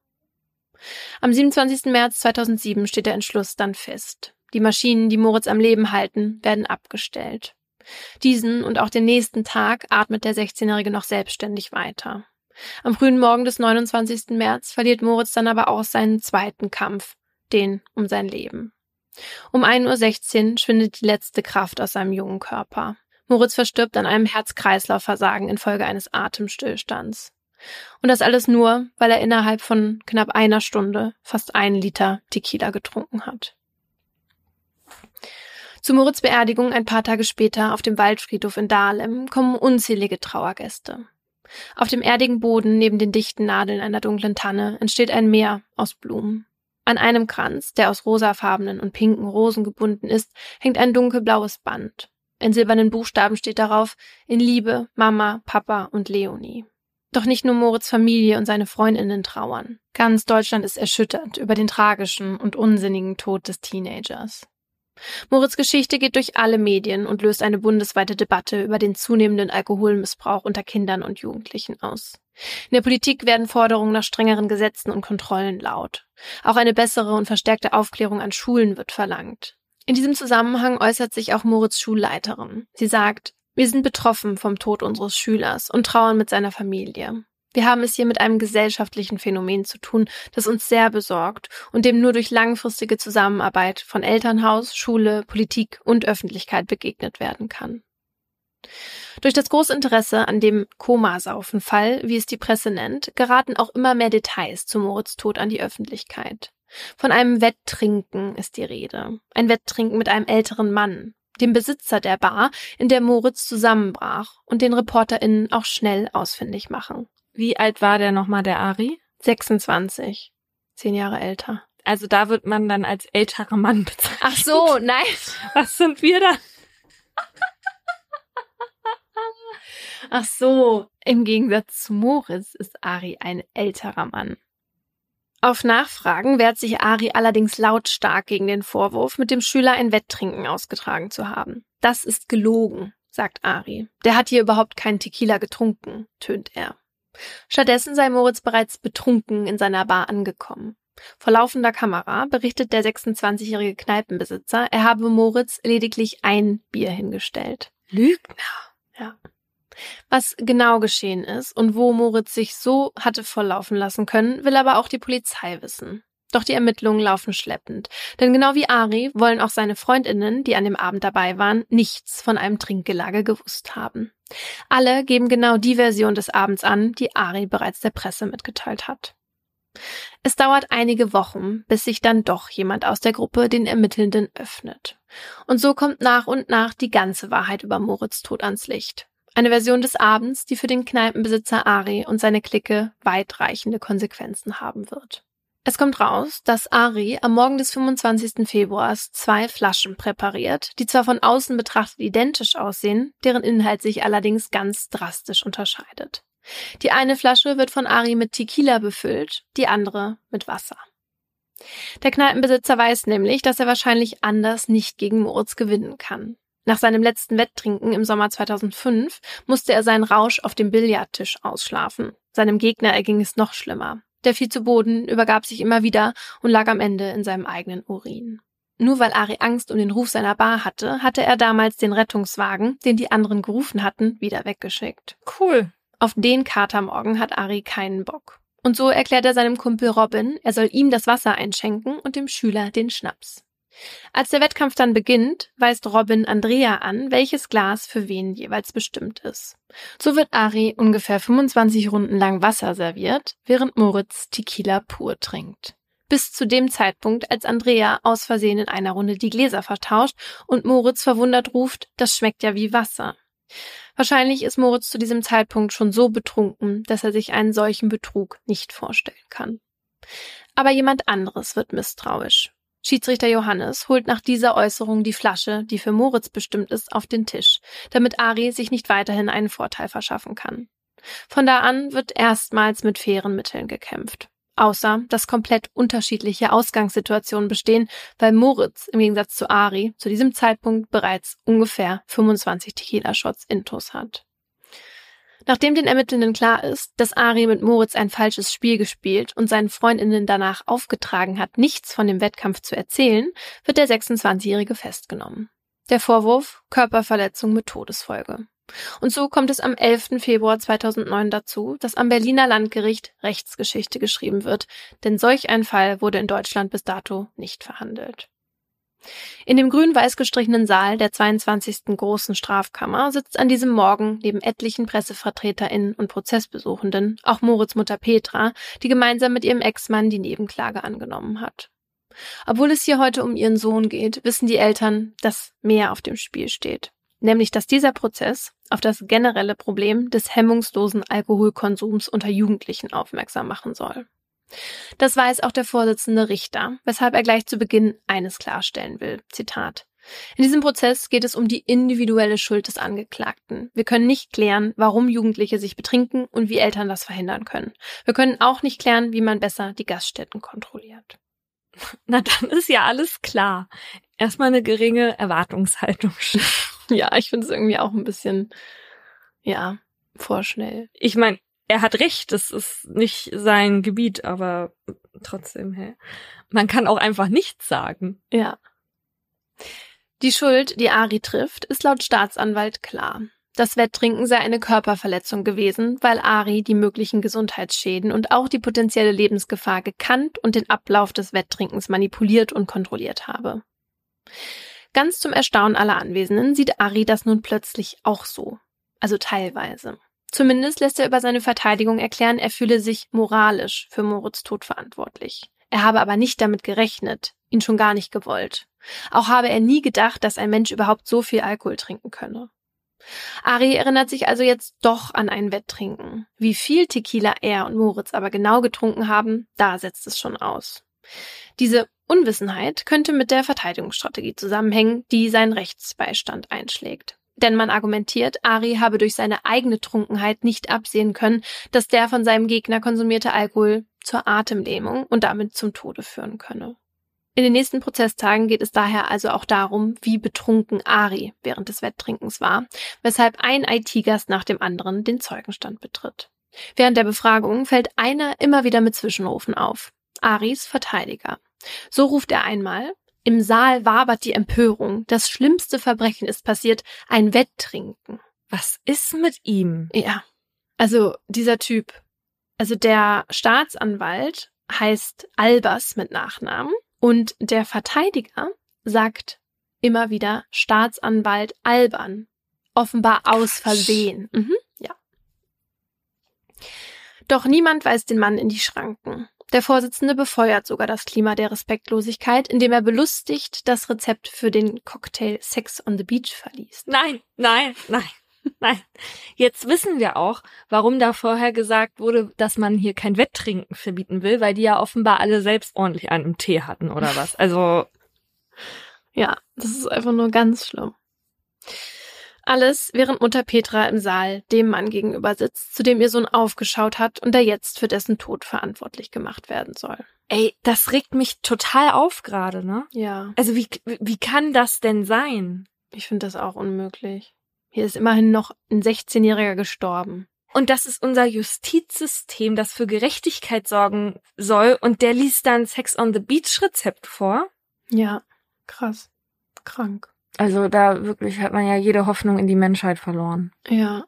Am siebenundzwanzigsten März zweitausendsieben steht der Entschluss dann fest. Die Maschinen, die Moritz am Leben halten, werden abgestellt. Diesen und auch den nächsten Tag atmet der sechzehnjährige noch selbstständig weiter. Am frühen Morgen des neunundzwanzigsten März verliert Moritz dann aber auch seinen zweiten Kampf, den um sein Leben. Um ein Uhr sechzehn schwindet die letzte Kraft aus seinem jungen Körper. Moritz verstirbt an einem Herz-Kreislauf-Versagen infolge eines Atemstillstands. Und das alles nur, weil er innerhalb von knapp einer Stunde fast einen Liter Tequila getrunken hat. Zu Moritz' Beerdigung ein paar Tage später auf dem Waldfriedhof in Dahlem kommen unzählige Trauergäste. Auf dem erdigen Boden neben den dichten Nadeln einer dunklen Tanne entsteht ein Meer aus Blumen. An einem Kranz, der aus rosafarbenen und pinken Rosen gebunden ist, hängt ein dunkelblaues Band. In silbernen Buchstaben steht darauf: In Liebe, Mama, Papa und Leonie. Doch nicht nur Moritz' Familie und seine Freundinnen trauern. Ganz Deutschland ist erschüttert über den tragischen und unsinnigen Tod des Teenagers. Moritz' Geschichte geht durch alle Medien und löst eine bundesweite Debatte über den zunehmenden Alkoholmissbrauch unter Kindern und Jugendlichen aus. In der Politik werden Forderungen nach strengeren Gesetzen und Kontrollen laut. Auch eine bessere und verstärkte Aufklärung an Schulen wird verlangt. In diesem Zusammenhang äußert sich auch Moritz' Schulleiterin. Sie sagt: Wir sind betroffen vom Tod unseres Schülers und trauern mit seiner Familie. Wir haben es hier mit einem gesellschaftlichen Phänomen zu tun, das uns sehr besorgt und dem nur durch langfristige Zusammenarbeit von Elternhaus, Schule, Politik und Öffentlichkeit begegnet werden kann. Durch das große Interesse an dem Komasaufen-Fall, wie es die Presse nennt, geraten auch immer mehr Details zu Moritz' Tod an die Öffentlichkeit. Von einem Wetttrinken ist die Rede. Ein Wetttrinken mit einem älteren Mann, dem Besitzer der Bar, in der Moritz zusammenbrach und den ReporterInnen auch schnell ausfindig machen. Wie alt war der nochmal, der Ari? sechsundzwanzig. Zehn Jahre älter. Also da wird man dann als älterer Mann bezeichnet. Ach so, nein. Was sind wir da? Ach so, im Gegensatz zu Moritz ist Ari ein älterer Mann. Auf Nachfragen wehrt sich Ari allerdings lautstark gegen den Vorwurf, mit dem Schüler ein Wetttrinken ausgetragen zu haben. Das ist gelogen, sagt Ari. Der hat hier überhaupt keinen Tequila getrunken, tönt er. Stattdessen sei Moritz bereits betrunken in seiner Bar angekommen. Vor laufender Kamera berichtet der sechsundzwanzigjährige Kneipenbesitzer, er habe Moritz lediglich ein Bier hingestellt. Lügner. Ja. Was genau geschehen ist und wo Moritz sich so hatte volllaufen lassen können, will aber auch die Polizei wissen. Doch die Ermittlungen laufen schleppend, denn genau wie Ari wollen auch seine FreundInnen, die an dem Abend dabei waren, nichts von einem Trinkgelage gewusst haben. Alle geben genau die Version des Abends an, die Ari bereits der Presse mitgeteilt hat. Es dauert einige Wochen, bis sich dann doch jemand aus der Gruppe den Ermittelnden öffnet. Und so kommt nach und nach die ganze Wahrheit über Moritz' Tod ans Licht. Eine Version des Abends, die für den Kneipenbesitzer Ari und seine Clique weitreichende Konsequenzen haben wird. Es kommt raus, dass Ari am Morgen des fünfundzwanzigsten Februars zwei Flaschen präpariert, die zwar von außen betrachtet identisch aussehen, deren Inhalt sich allerdings ganz drastisch unterscheidet. Die eine Flasche wird von Ari mit Tequila befüllt, die andere mit Wasser. Der Kneipenbesitzer weiß nämlich, dass er wahrscheinlich anders nicht gegen Moritz gewinnen kann. Nach seinem letzten Wetttrinken im Sommer zweitausendfünf musste er seinen Rausch auf dem Billardtisch ausschlafen. Seinem Gegner erging es noch schlimmer. Der fiel zu Boden, übergab sich immer wieder und lag am Ende in seinem eigenen Urin. Nur weil Ari Angst um den Ruf seiner Bar hatte, hatte er damals den Rettungswagen, den die anderen gerufen hatten, wieder weggeschickt. Cool. Auf den Katermorgen hat Ari keinen Bock. Und so erklärt er seinem Kumpel Robin, er soll ihm das Wasser einschenken und dem Schüler den Schnaps. Als der Wettkampf dann beginnt, weist Robin Andrea an, welches Glas für wen jeweils bestimmt ist. So wird Ari ungefähr fünfundzwanzig Runden lang Wasser serviert, während Moritz Tequila pur trinkt. Bis zu dem Zeitpunkt, als Andrea aus Versehen in einer Runde die Gläser vertauscht und Moritz verwundert ruft, das schmeckt ja wie Wasser. Wahrscheinlich ist Moritz zu diesem Zeitpunkt schon so betrunken, dass er sich einen solchen Betrug nicht vorstellen kann. Aber jemand anderes wird misstrauisch. Schiedsrichter Johannes holt nach dieser Äußerung die Flasche, die für Moritz bestimmt ist, auf den Tisch, damit Ari sich nicht weiterhin einen Vorteil verschaffen kann. Von da an wird erstmals mit fairen Mitteln gekämpft. Außer, dass komplett unterschiedliche Ausgangssituationen bestehen, weil Moritz im Gegensatz zu Ari zu diesem Zeitpunkt bereits ungefähr fünfundzwanzig Tequila-Shots intus hat. Nachdem den Ermittelnden klar ist, dass Ari mit Moritz ein falsches Spiel gespielt und seinen Freundinnen danach aufgetragen hat, nichts von dem Wettkampf zu erzählen, wird der sechsundzwanzigjährige festgenommen. Der Vorwurf: Körperverletzung mit Todesfolge. Und so kommt es am elften Februar zweitausendneun dazu, dass am Berliner Landgericht Rechtsgeschichte geschrieben wird, denn solch ein Fall wurde in Deutschland bis dato nicht verhandelt. In dem grün-weiß gestrichenen Saal der zweiundzwanzigsten Großen Strafkammer sitzt an diesem Morgen neben etlichen PressevertreterInnen und Prozessbesuchenden auch Moritz' Mutter Petra, die gemeinsam mit ihrem Ex-Mann die Nebenklage angenommen hat. Obwohl es hier heute um ihren Sohn geht, wissen die Eltern, dass mehr auf dem Spiel steht. Nämlich, dass dieser Prozess auf das generelle Problem des hemmungslosen Alkoholkonsums unter Jugendlichen aufmerksam machen soll. Das weiß auch der Vorsitzende Richter, weshalb er gleich zu Beginn eines klarstellen will. Zitat: In diesem Prozess geht es um die individuelle Schuld des Angeklagten. Wir können nicht klären, warum Jugendliche sich betrinken und wie Eltern das verhindern können. Wir können auch nicht klären, wie man besser die Gaststätten kontrolliert. Na, dann ist ja alles klar. Erstmal eine geringe Erwartungshaltung. Ja, ich finde es irgendwie auch ein bisschen, ja, vorschnell. Ich meine, er hat recht, es ist nicht sein Gebiet, aber trotzdem, hey. Man kann auch einfach nichts sagen. Ja. Die Schuld, die Ari trifft, ist laut Staatsanwalt klar. Das Wetttrinken sei eine Körperverletzung gewesen, weil Ari die möglichen Gesundheitsschäden und auch die potenzielle Lebensgefahr gekannt und den Ablauf des Wetttrinkens manipuliert und kontrolliert habe. Ganz zum Erstaunen aller Anwesenden sieht Ari das nun plötzlich auch so. Also teilweise. Zumindest lässt er über seine Verteidigung erklären, er fühle sich moralisch für Moritz' Tod verantwortlich. Er habe aber nicht damit gerechnet, ihn schon gar nicht gewollt. Auch habe er nie gedacht, dass ein Mensch überhaupt so viel Alkohol trinken könne. Ari erinnert sich also jetzt doch an ein Wetttrinken. Wie viel Tequila er und Moritz aber genau getrunken haben, da setzt es schon aus. Diese Unwissenheit könnte mit der Verteidigungsstrategie zusammenhängen, die seinen Rechtsbeistand einschlägt. Denn man argumentiert, Ari habe durch seine eigene Trunkenheit nicht absehen können, dass der von seinem Gegner konsumierte Alkohol zur Atemlähmung und damit zum Tode führen könne. In den nächsten Prozesstagen geht es daher also auch darum, wie betrunken Ari während des Wetttrinkens war, weshalb ein I T-Gast nach dem anderen den Zeugenstand betritt. Während der Befragung fällt einer immer wieder mit Zwischenrufen auf. Aris Verteidiger. So ruft er einmal: Im Saal wabert die Empörung. Das schlimmste Verbrechen ist passiert, ein Wetttrinken. Was ist mit ihm? Ja, also dieser Typ. Also der Staatsanwalt heißt Albers mit Nachnamen und der Verteidiger sagt immer wieder Staatsanwalt Alban. Offenbar aus Versehen. Mhm, ja. Doch niemand weist den Mann in die Schranken. Der Vorsitzende befeuert sogar das Klima der Respektlosigkeit, indem er belustigt das Rezept für den Cocktail Sex on the Beach verliest. Nein, nein, nein, nein. Jetzt wissen wir auch, warum da vorher gesagt wurde, dass man hier kein Wetttrinken verbieten will, weil die ja offenbar alle selbst ordentlich einen im Tee hatten oder was. Also ja, das ist einfach nur ganz schlimm. Alles, während Mutter Petra im Saal dem Mann gegenüber sitzt, zu dem ihr Sohn aufgeschaut hat und der jetzt für dessen Tod verantwortlich gemacht werden soll. Ey, das regt mich total auf gerade, ne? Ja. Also wie wie kann das denn sein? Ich finde das auch unmöglich. Hier ist immerhin noch ein sechzehnjähriger gestorben. Und das ist unser Justizsystem, das für Gerechtigkeit sorgen soll, und der liest dann Sex on the Beach Rezept vor? Ja, krass. Krank. Also da wirklich hat man ja jede Hoffnung in die Menschheit verloren. Ja.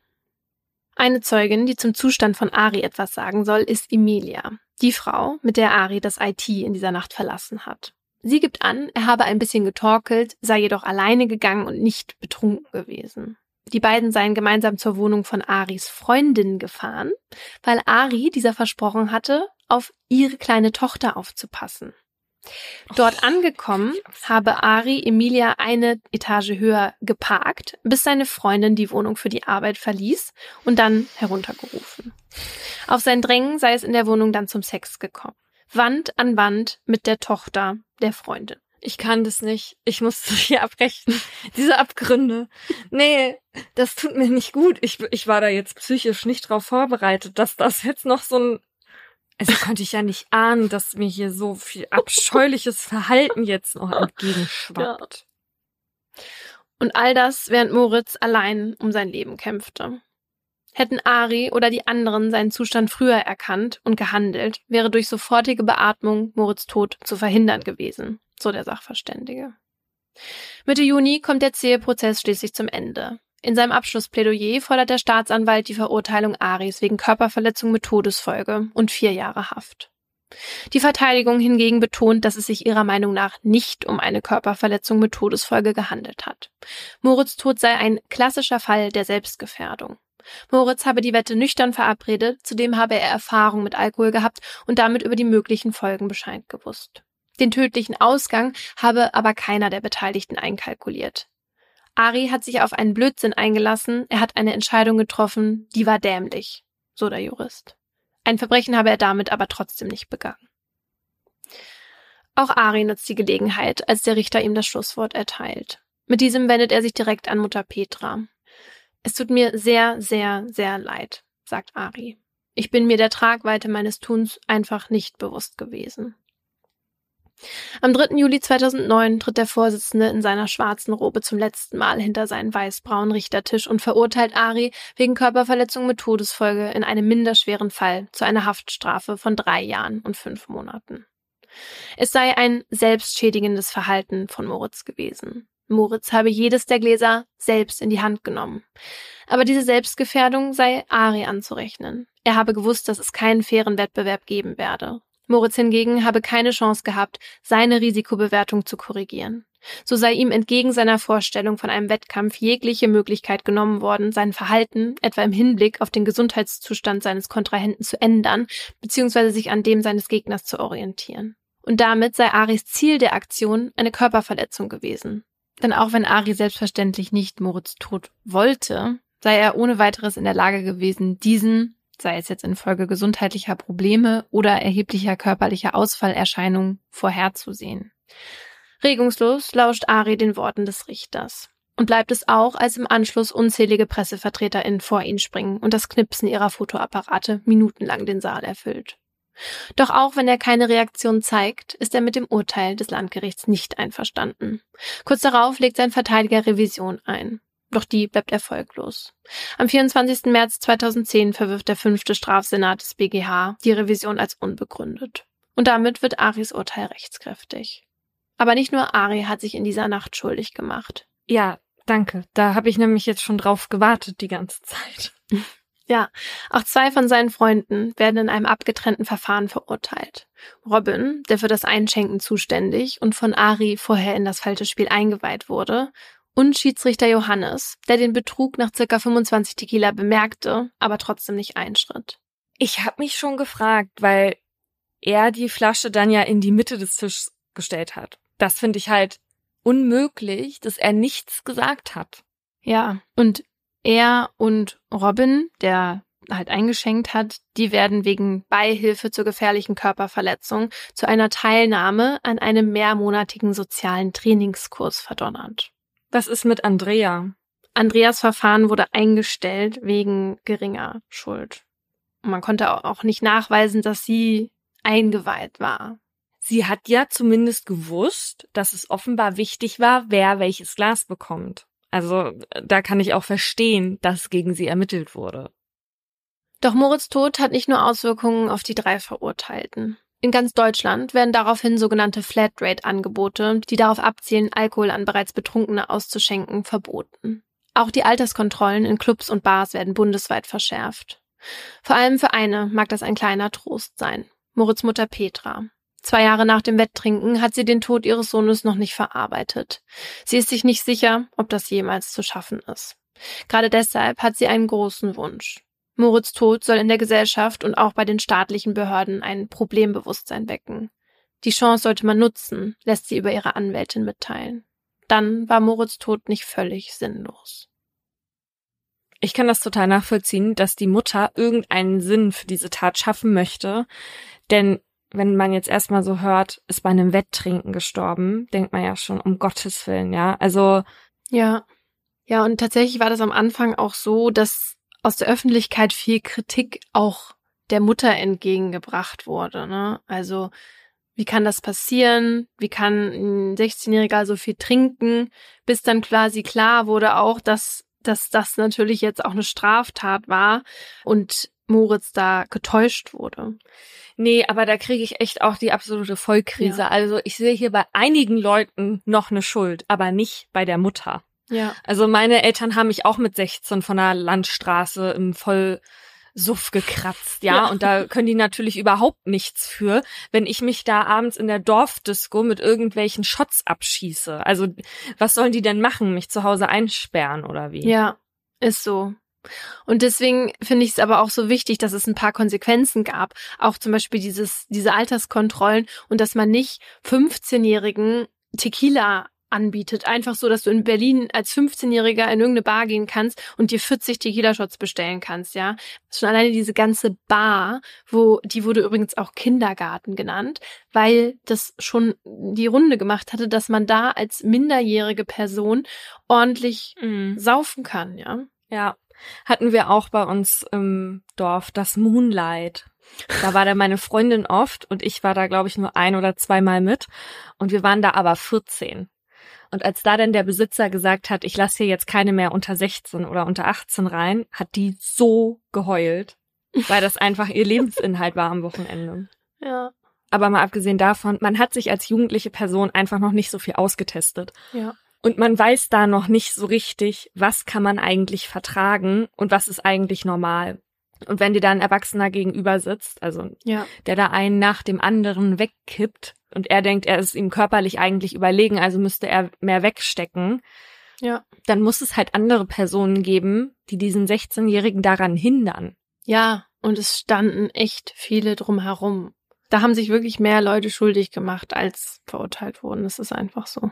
Eine Zeugin, die zum Zustand von Ari etwas sagen soll, ist Emilia, die Frau, mit der Ari das I T in dieser Nacht verlassen hat. Sie gibt an, er habe ein bisschen getorkelt, sei jedoch alleine gegangen und nicht betrunken gewesen. Die beiden seien gemeinsam zur Wohnung von Aris Freundin gefahren, weil Ari dieser versprochen hatte, auf ihre kleine Tochter aufzupassen. Dort angekommen, habe Ari Emilia eine Etage höher geparkt, bis seine Freundin die Wohnung für die Arbeit verließ und dann heruntergerufen. Auf sein Drängen sei es in der Wohnung dann zum Sex gekommen. Wand an Wand mit der Tochter der Freundin. Ich kann das nicht. Ich muss hier abbrechen. Diese Abgründe. Nee, das tut mir nicht gut. Ich, ich war da jetzt psychisch nicht drauf vorbereitet, dass das jetzt noch so ein... Also konnte ich ja nicht ahnen, dass mir hier so viel abscheuliches Verhalten jetzt noch entgegenschwappt. Ja. Und all das, während Moritz allein um sein Leben kämpfte. Hätten Ari oder die anderen seinen Zustand früher erkannt und gehandelt, wäre durch sofortige Beatmung Moritz' Tod zu verhindern gewesen, so der Sachverständige. Mitte Juni kommt der zähe Prozess schließlich zum Ende. In seinem Abschlussplädoyer fordert der Staatsanwalt die Verurteilung Aris wegen Körperverletzung mit Todesfolge und vier Jahre Haft. Die Verteidigung hingegen betont, dass es sich ihrer Meinung nach nicht um eine Körperverletzung mit Todesfolge gehandelt hat. Moritz' Tod sei ein klassischer Fall der Selbstgefährdung. Moritz habe die Wette nüchtern verabredet, zudem habe er Erfahrung mit Alkohol gehabt und damit über die möglichen Folgen Bescheid gewusst. Den tödlichen Ausgang habe aber keiner der Beteiligten einkalkuliert. Ari hat sich auf einen Blödsinn eingelassen, er hat eine Entscheidung getroffen, die war dämlich, so der Jurist. Ein Verbrechen habe er damit aber trotzdem nicht begangen. Auch Ari nutzt die Gelegenheit, als der Richter ihm das Schlusswort erteilt. Mit diesem wendet er sich direkt an Mutter Petra. Es tut mir sehr, sehr, sehr leid, sagt Ari. Ich bin mir der Tragweite meines Tuns einfach nicht bewusst gewesen. Am dritten Juli zweitausendneun tritt der Vorsitzende in seiner schwarzen Robe zum letzten Mal hinter seinen weißbraunen Richtertisch und verurteilt Ari wegen Körperverletzung mit Todesfolge in einem minderschweren Fall zu einer Haftstrafe von drei Jahren und fünf Monaten. Es sei ein selbstschädigendes Verhalten von Moritz gewesen. Moritz habe jedes der Gläser selbst in die Hand genommen. Aber diese Selbstgefährdung sei Ari anzurechnen. Er habe gewusst, dass es keinen fairen Wettbewerb geben werde. Moritz hingegen habe keine Chance gehabt, seine Risikobewertung zu korrigieren. So sei ihm entgegen seiner Vorstellung von einem Wettkampf jegliche Möglichkeit genommen worden, sein Verhalten, etwa im Hinblick auf den Gesundheitszustand seines Kontrahenten, zu ändern, beziehungsweise sich an dem seines Gegners zu orientieren. Und damit sei Aris Ziel der Aktion eine Körperverletzung gewesen. Denn auch wenn Ari selbstverständlich nicht Moritz Tod wollte, sei er ohne weiteres in der Lage gewesen, diesen, sei es jetzt infolge gesundheitlicher Probleme oder erheblicher körperlicher Ausfallerscheinungen, vorherzusehen. Regungslos lauscht Ari den Worten des Richters. Und bleibt es auch, als im Anschluss unzählige PressevertreterInnen vor ihn springen und das Knipsen ihrer Fotoapparate minutenlang den Saal erfüllt. Doch auch wenn er keine Reaktion zeigt, ist er mit dem Urteil des Landgerichts nicht einverstanden. Kurz darauf legt sein Verteidiger Revision ein. Doch die bleibt erfolglos. Am vierundzwanzigsten März zweitausendzehn verwirft der fünfte Strafsenat des B G H die Revision als unbegründet. Und damit wird Aris Urteil rechtskräftig. Aber nicht nur Ari hat sich in dieser Nacht schuldig gemacht. Ja, danke. Da habe ich nämlich jetzt schon drauf gewartet die ganze Zeit. Ja, auch zwei von seinen Freunden werden in einem abgetrennten Verfahren verurteilt. Robin, der für das Einschenken zuständig und von Ari vorher in das falsche Spiel eingeweiht wurde, und Schiedsrichter Johannes, der den Betrug nach circa fünfundzwanzig Tequila bemerkte, aber trotzdem nicht einschritt. Ich habe mich schon gefragt, weil er die Flasche dann ja in die Mitte des Tisches gestellt hat. Das finde ich halt unmöglich, dass er nichts gesagt hat. Ja, und er und Robin, der halt eingeschenkt hat, die werden wegen Beihilfe zur gefährlichen Körperverletzung zu einer Teilnahme an einem mehrmonatigen sozialen Trainingskurs verdonnert. Was ist mit Andrea? Andreas Verfahren wurde eingestellt wegen geringer Schuld. Und man konnte auch nicht nachweisen, dass sie eingeweiht war. Sie hat ja zumindest gewusst, dass es offenbar wichtig war, wer welches Glas bekommt. Also da kann ich auch verstehen, dass gegen sie ermittelt wurde. Doch Moritz' Tod hat nicht nur Auswirkungen auf die drei Verurteilten. In ganz Deutschland werden daraufhin sogenannte Flatrate-Angebote, die darauf abzielen, Alkohol an bereits Betrunkene auszuschenken, verboten. Auch die Alterskontrollen in Clubs und Bars werden bundesweit verschärft. Vor allem für eine mag das ein kleiner Trost sein: Moritz' Mutter Petra. Zwei Jahre nach dem Wetttrinken hat sie den Tod ihres Sohnes noch nicht verarbeitet. Sie ist sich nicht sicher, ob das jemals zu schaffen ist. Gerade deshalb hat sie einen großen Wunsch. Moritz' Tod soll in der Gesellschaft und auch bei den staatlichen Behörden ein Problembewusstsein wecken. Die Chance sollte man nutzen, lässt sie über ihre Anwältin mitteilen. Dann war Moritz' Tod nicht völlig sinnlos. Ich kann das total nachvollziehen, dass die Mutter irgendeinen Sinn für diese Tat schaffen möchte, denn wenn man jetzt erstmal so hört, ist bei einem Wetttrinken gestorben, denkt man ja schon, um Gottes Willen, ja, also. Ja, ja, und tatsächlich war das am Anfang auch so, dass aus der Öffentlichkeit viel Kritik auch der Mutter entgegengebracht wurde, ne? Also, wie kann das passieren? Wie kann ein sechzehnjähriger so viel trinken? Bis dann quasi klar wurde auch, dass, dass das natürlich jetzt auch eine Straftat war und Moritz da getäuscht wurde. Nee, aber da kriege ich echt auch die absolute Vollkrise. Ja. Also ich sehe hier bei einigen Leuten noch eine Schuld, aber nicht bei der Mutter. Ja. Also meine Eltern haben mich auch mit sechzehn von der Landstraße im Vollsuff gekratzt, ja? ja. Und da können die natürlich überhaupt nichts für, wenn ich mich da abends in der Dorfdisco mit irgendwelchen Shots abschieße. Also was sollen die denn machen? Mich zu Hause einsperren oder wie? Ja, ist so. Und deswegen finde ich es aber auch so wichtig, dass es ein paar Konsequenzen gab. Auch zum Beispiel dieses, diese Alterskontrollen und dass man nicht fünfzehnjährigen Tequila anbietet. Einfach so, dass du in Berlin als fünfzehnjähriger in irgendeine Bar gehen kannst und dir vierzig Tequila-Shots bestellen kannst, ja. Schon alleine diese ganze Bar, wo, die wurde übrigens auch Kindergarten genannt, weil das schon die Runde gemacht hatte, dass man da als minderjährige Person ordentlich Mhm. saufen kann, ja. Ja, hatten wir auch bei uns im Dorf, das Moonlight. Da war da meine Freundin oft und ich war da, glaube ich, nur ein oder zweimal mit. Und wir waren da aber vierzehn. Und als da dann der Besitzer gesagt hat, ich lasse hier jetzt keine mehr unter sechzehn oder unter achtzehn rein, hat die so geheult, weil das einfach ihr Lebensinhalt war am Wochenende. Ja. Aber mal abgesehen davon, man hat sich als jugendliche Person einfach noch nicht so viel ausgetestet. Ja. Und man weiß da noch nicht so richtig, was kann man eigentlich vertragen und was ist eigentlich normal. Und wenn dir da ein Erwachsener gegenüber sitzt, also Ja. der da einen nach dem anderen wegkippt und er denkt, er ist ihm körperlich eigentlich überlegen, also müsste er mehr wegstecken, Ja. dann muss es halt andere Personen geben, die diesen sechzehnjährigen daran hindern. Ja, und es standen echt viele drumherum. Da haben sich wirklich mehr Leute schuldig gemacht, als verurteilt wurden. Das ist einfach so.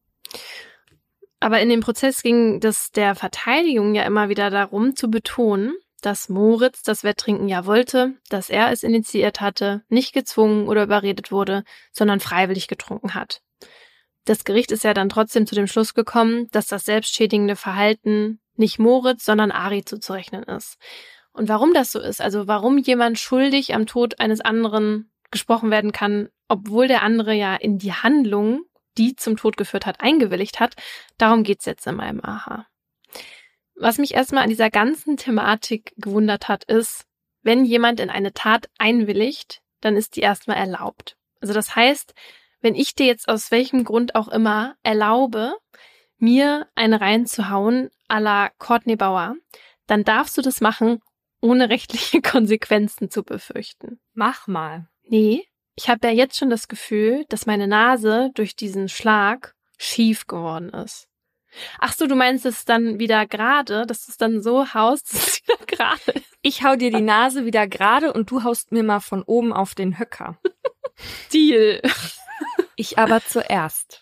Aber in dem Prozess ging es der Verteidigung ja immer wieder darum, zu betonen, dass Moritz das Wetttrinken ja wollte, dass er es initiiert hatte, nicht gezwungen oder überredet wurde, sondern freiwillig getrunken hat. Das Gericht ist ja dann trotzdem zu dem Schluss gekommen, dass das selbstschädigende Verhalten nicht Moritz, sondern Ari zuzurechnen ist. Und warum das so ist, also warum jemand schuldig am Tod eines anderen gesprochen werden kann, obwohl der andere ja in die Handlung, die zum Tod geführt hat, eingewilligt hat, darum geht's jetzt in meinem Aha. Was mich erstmal an dieser ganzen Thematik gewundert hat, ist, wenn jemand in eine Tat einwilligt, dann ist die erstmal erlaubt. Also das heißt, wenn ich dir jetzt aus welchem Grund auch immer erlaube, mir eine reinzuhauen à la Courtney Bauer, dann darfst du das machen, ohne rechtliche Konsequenzen zu befürchten. Mach mal. Nee, ich habe ja jetzt schon das Gefühl, dass meine Nase durch diesen Schlag schief geworden ist. Ach so, du meinst es dann wieder gerade, dass du es dann so haust, dass es wieder gerade ist? Ich hau dir die Nase wieder gerade und du haust mir mal von oben auf den Höcker. Deal. Ich aber zuerst.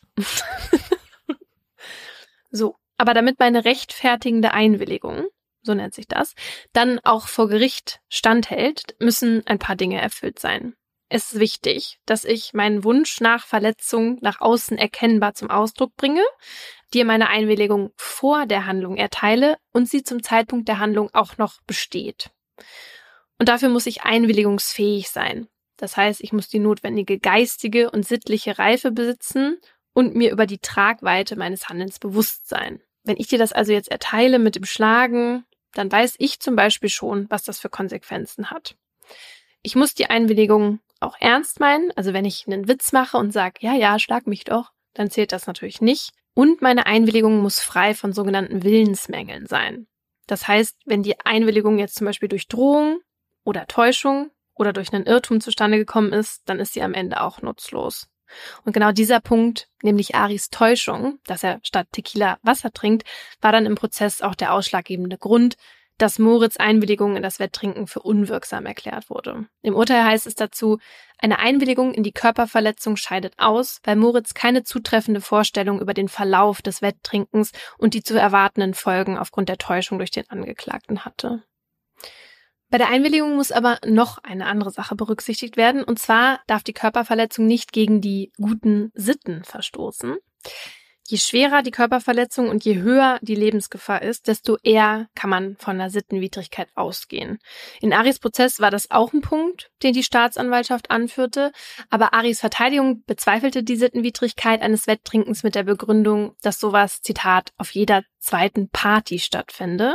So, aber damit meine rechtfertigende Einwilligung, so nennt sich das, dann auch vor Gericht standhält, müssen ein paar Dinge erfüllt sein. Es ist wichtig, dass ich meinen Wunsch nach Verletzung nach außen erkennbar zum Ausdruck bringe, dir meine Einwilligung vor der Handlung erteile und sie zum Zeitpunkt der Handlung auch noch besteht. Und dafür muss ich einwilligungsfähig sein. Das heißt, ich muss die notwendige geistige und sittliche Reife besitzen und mir über die Tragweite meines Handelns bewusst sein. Wenn ich dir das also jetzt erteile mit dem Schlagen, dann weiß ich zum Beispiel schon, was das für Konsequenzen hat. Ich muss die Einwilligung auch ernst meinen, also wenn ich einen Witz mache und sage, ja, ja, schlag mich doch, dann zählt das natürlich nicht. Und meine Einwilligung muss frei von sogenannten Willensmängeln sein. Das heißt, wenn die Einwilligung jetzt zum Beispiel durch Drohung oder Täuschung oder durch einen Irrtum zustande gekommen ist, dann ist sie am Ende auch nutzlos. Und genau dieser Punkt, nämlich Aris Täuschung, dass er statt Tequila Wasser trinkt, war dann im Prozess auch der ausschlaggebende Grund, dass Moritz' Einwilligung in das Wetttrinken für unwirksam erklärt wurde. Im Urteil heißt es dazu, eine Einwilligung in die Körperverletzung scheidet aus, weil Moritz keine zutreffende Vorstellung über den Verlauf des Wetttrinkens und die zu erwartenden Folgen aufgrund der Täuschung durch den Angeklagten hatte. Bei der Einwilligung muss aber noch eine andere Sache berücksichtigt werden, und zwar darf die Körperverletzung nicht gegen die guten Sitten verstoßen. Je schwerer die Körperverletzung und je höher die Lebensgefahr ist, desto eher kann man von einer Sittenwidrigkeit ausgehen. In Aris Prozess war das auch ein Punkt, den die Staatsanwaltschaft anführte, aber Aris Verteidigung bezweifelte die Sittenwidrigkeit eines Wetttrinkens mit der Begründung, dass sowas, Zitat, auf jeder zweiten Party stattfände.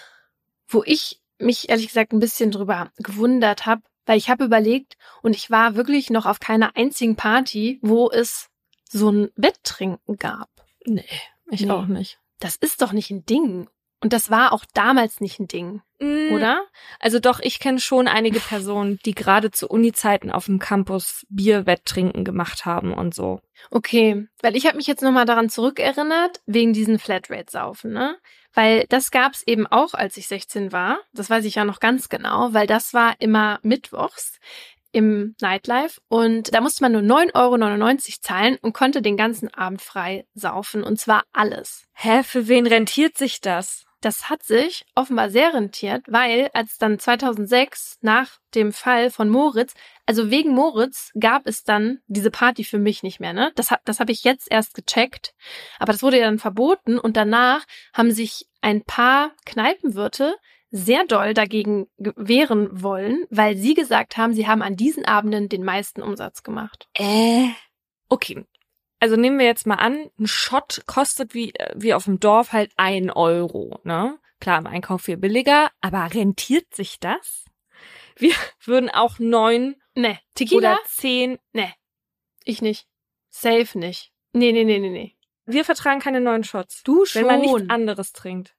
Wo ich mich ehrlich gesagt ein bisschen drüber gewundert habe, weil ich habe überlegt und ich war wirklich noch auf keiner einzigen Party, wo es so ein Wetttrinken gab. Nee, ich Nee. auch nicht. Das ist doch nicht ein Ding. Und das war auch damals nicht ein Ding, Mm, oder? Also doch, ich kenne schon einige Personen, die gerade zu Uni-Zeiten auf dem Campus Bierwetttrinken gemacht haben und so. Okay, weil ich habe mich jetzt nochmal daran zurückerinnert, wegen diesen Flatrate-Saufen, ne? Weil das gab's eben auch, als ich sechzehn war. Das weiß ich ja noch ganz genau, weil das war immer mittwochs im Nightlife und da musste man nur neun Euro neunundneunzig zahlen und konnte den ganzen Abend frei saufen und zwar alles. Hä, für wen rentiert sich das? Das hat sich offenbar sehr rentiert, weil als dann zweitausendsechs nach dem Fall von Moritz, also wegen Moritz gab es dann diese Party für mich nicht mehr, ne? Das, das habe ich jetzt erst gecheckt, aber das wurde ja dann verboten und danach haben sich ein paar Kneipenwirte sehr doll dagegen wehren wollen, weil sie gesagt haben, sie haben an diesen Abenden den meisten Umsatz gemacht. Äh. Okay. Also nehmen wir jetzt mal an, ein Shot kostet wie, wie auf dem Dorf halt ein Euro, ne? Klar, im Einkauf viel billiger, aber rentiert sich das? Wir würden auch neun Ne, Tequila? oder zehn, Ne, ich nicht. Safe nicht. Nee, nee, nee, nee, nee. wir vertragen keine neuen Shots. Du Wenn man nichts schon. anderes trinkt.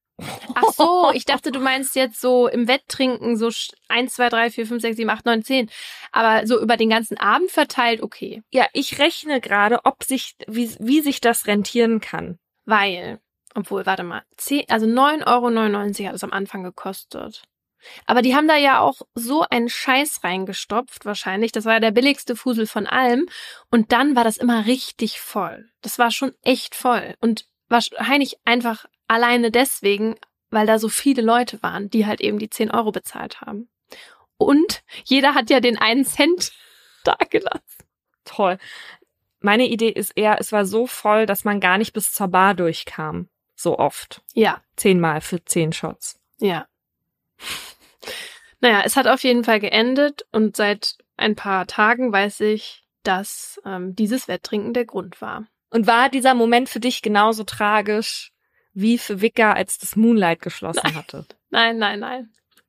Ach so, ich dachte, du meinst jetzt so im Wetttrinken so eins, zwei, drei, vier, fünf, sechs, sieben, acht, neun, zehn. Aber so über den ganzen Abend verteilt, okay. Ja, ich rechne gerade, ob sich, wie, wie sich das rentieren kann. Weil, obwohl, warte mal, zehn, also neun Euro neunundneunzig hat es am Anfang gekostet. Aber die haben da ja auch so einen Scheiß reingestopft wahrscheinlich. Das war ja der billigste Fusel von allem. Und dann war das immer richtig voll. Das war schon echt voll. Und wahrscheinlich einfach alleine deswegen, weil da so viele Leute waren, die halt eben die zehn Euro bezahlt haben. Und jeder hat ja den einen Cent dagelassen. Toll. Meine Idee ist eher, es war so voll, dass man gar nicht bis zur Bar durchkam. So oft. Ja, Zehnmal für zehn Shots. ja. Naja, es hat auf jeden Fall geendet und seit ein paar Tagen weiß ich, dass ähm, dieses Wetttrinken der Grund war. Und war dieser Moment für dich genauso tragisch wie für Wicker, als das Moonlight geschlossen Nein. hatte? Nein, nein, nein.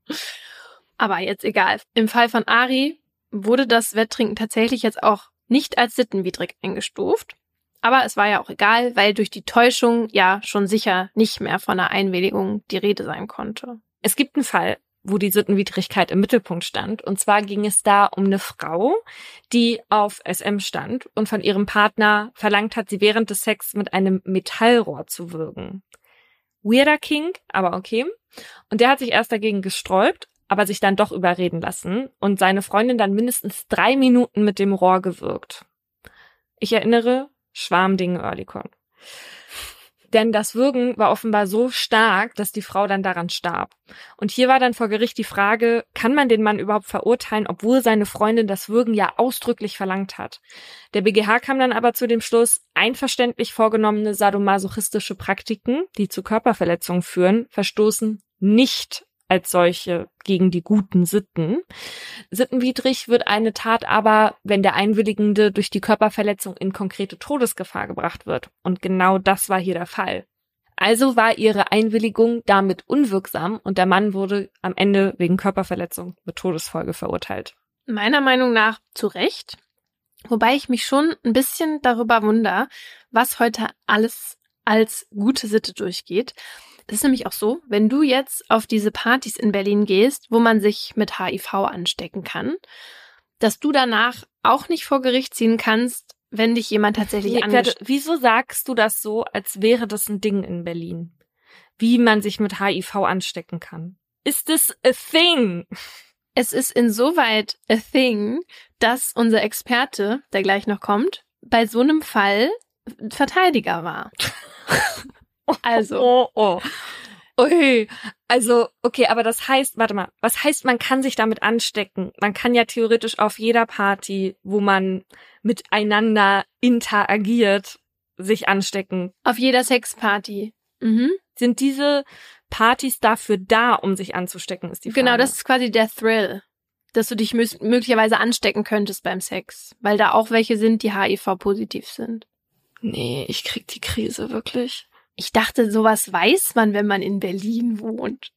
Aber jetzt egal. Im Fall von Ari wurde das Wetttrinken tatsächlich jetzt auch nicht als sittenwidrig eingestuft. Aber es war ja auch egal, weil durch die Täuschung ja schon sicher nicht mehr von einer Einwilligung die Rede sein konnte. Es gibt einen Fall, wo die Sittenwidrigkeit im Mittelpunkt stand. Und zwar ging es da um eine Frau, die auf S M stand und von ihrem Partner verlangt hat, sie während des Sex mit einem Metallrohr zu würgen. Weirder Kink, aber okay. Und der hat sich erst dagegen gesträubt, aber sich dann doch überreden lassen und seine Freundin dann mindestens drei Minuten mit dem Rohr gewürgt. Ich erinnere, Schwarmding Oerlikon. Denn das Würgen war offenbar so stark, dass die Frau dann daran starb. Und hier war dann vor Gericht die Frage, kann man den Mann überhaupt verurteilen, obwohl seine Freundin das Würgen ja ausdrücklich verlangt hat. Der B G H kam dann aber zu dem Schluss, einverständlich vorgenommene sadomasochistische Praktiken, die zu Körperverletzungen führen, verstoßen nicht als solche gegen die guten Sitten. Sittenwidrig wird eine Tat aber, wenn der Einwilligende durch die Körperverletzung in konkrete Todesgefahr gebracht wird. Und genau das war hier der Fall. Also war ihre Einwilligung damit unwirksam und der Mann wurde am Ende wegen Körperverletzung mit Todesfolge verurteilt. Meiner Meinung nach zu Recht. Wobei ich mich schon ein bisschen darüber wundere, was heute alles als gute Sitte durchgeht. Das ist nämlich auch so, wenn du jetzt auf diese Partys in Berlin gehst, wo man sich mit H I V anstecken kann, dass du danach auch nicht vor Gericht ziehen kannst, wenn dich jemand tatsächlich Nee, angesteckt hat. Wieso sagst du das so, als wäre das ein Ding in Berlin? Wie man sich mit H I V anstecken kann? Ist this a thing? Es ist insoweit a thing, dass unser Experte, der gleich noch kommt, bei so einem Fall Verteidiger war. Also. Oh, oh. Ui. Also, okay, aber das heißt, warte mal, was heißt, man kann sich damit anstecken? Man kann ja theoretisch auf jeder Party, wo man miteinander interagiert, sich anstecken. Auf jeder Sexparty. Mhm. Sind diese Partys dafür da, um sich anzustecken, ist die Frage. Genau, das ist quasi der Thrill, dass du dich mö- möglicherweise anstecken könntest beim Sex, weil da auch welche sind, die H I V-positiv sind. Nee, ich krieg die Krise, wirklich. Ich dachte, sowas weiß man, wenn man in Berlin wohnt.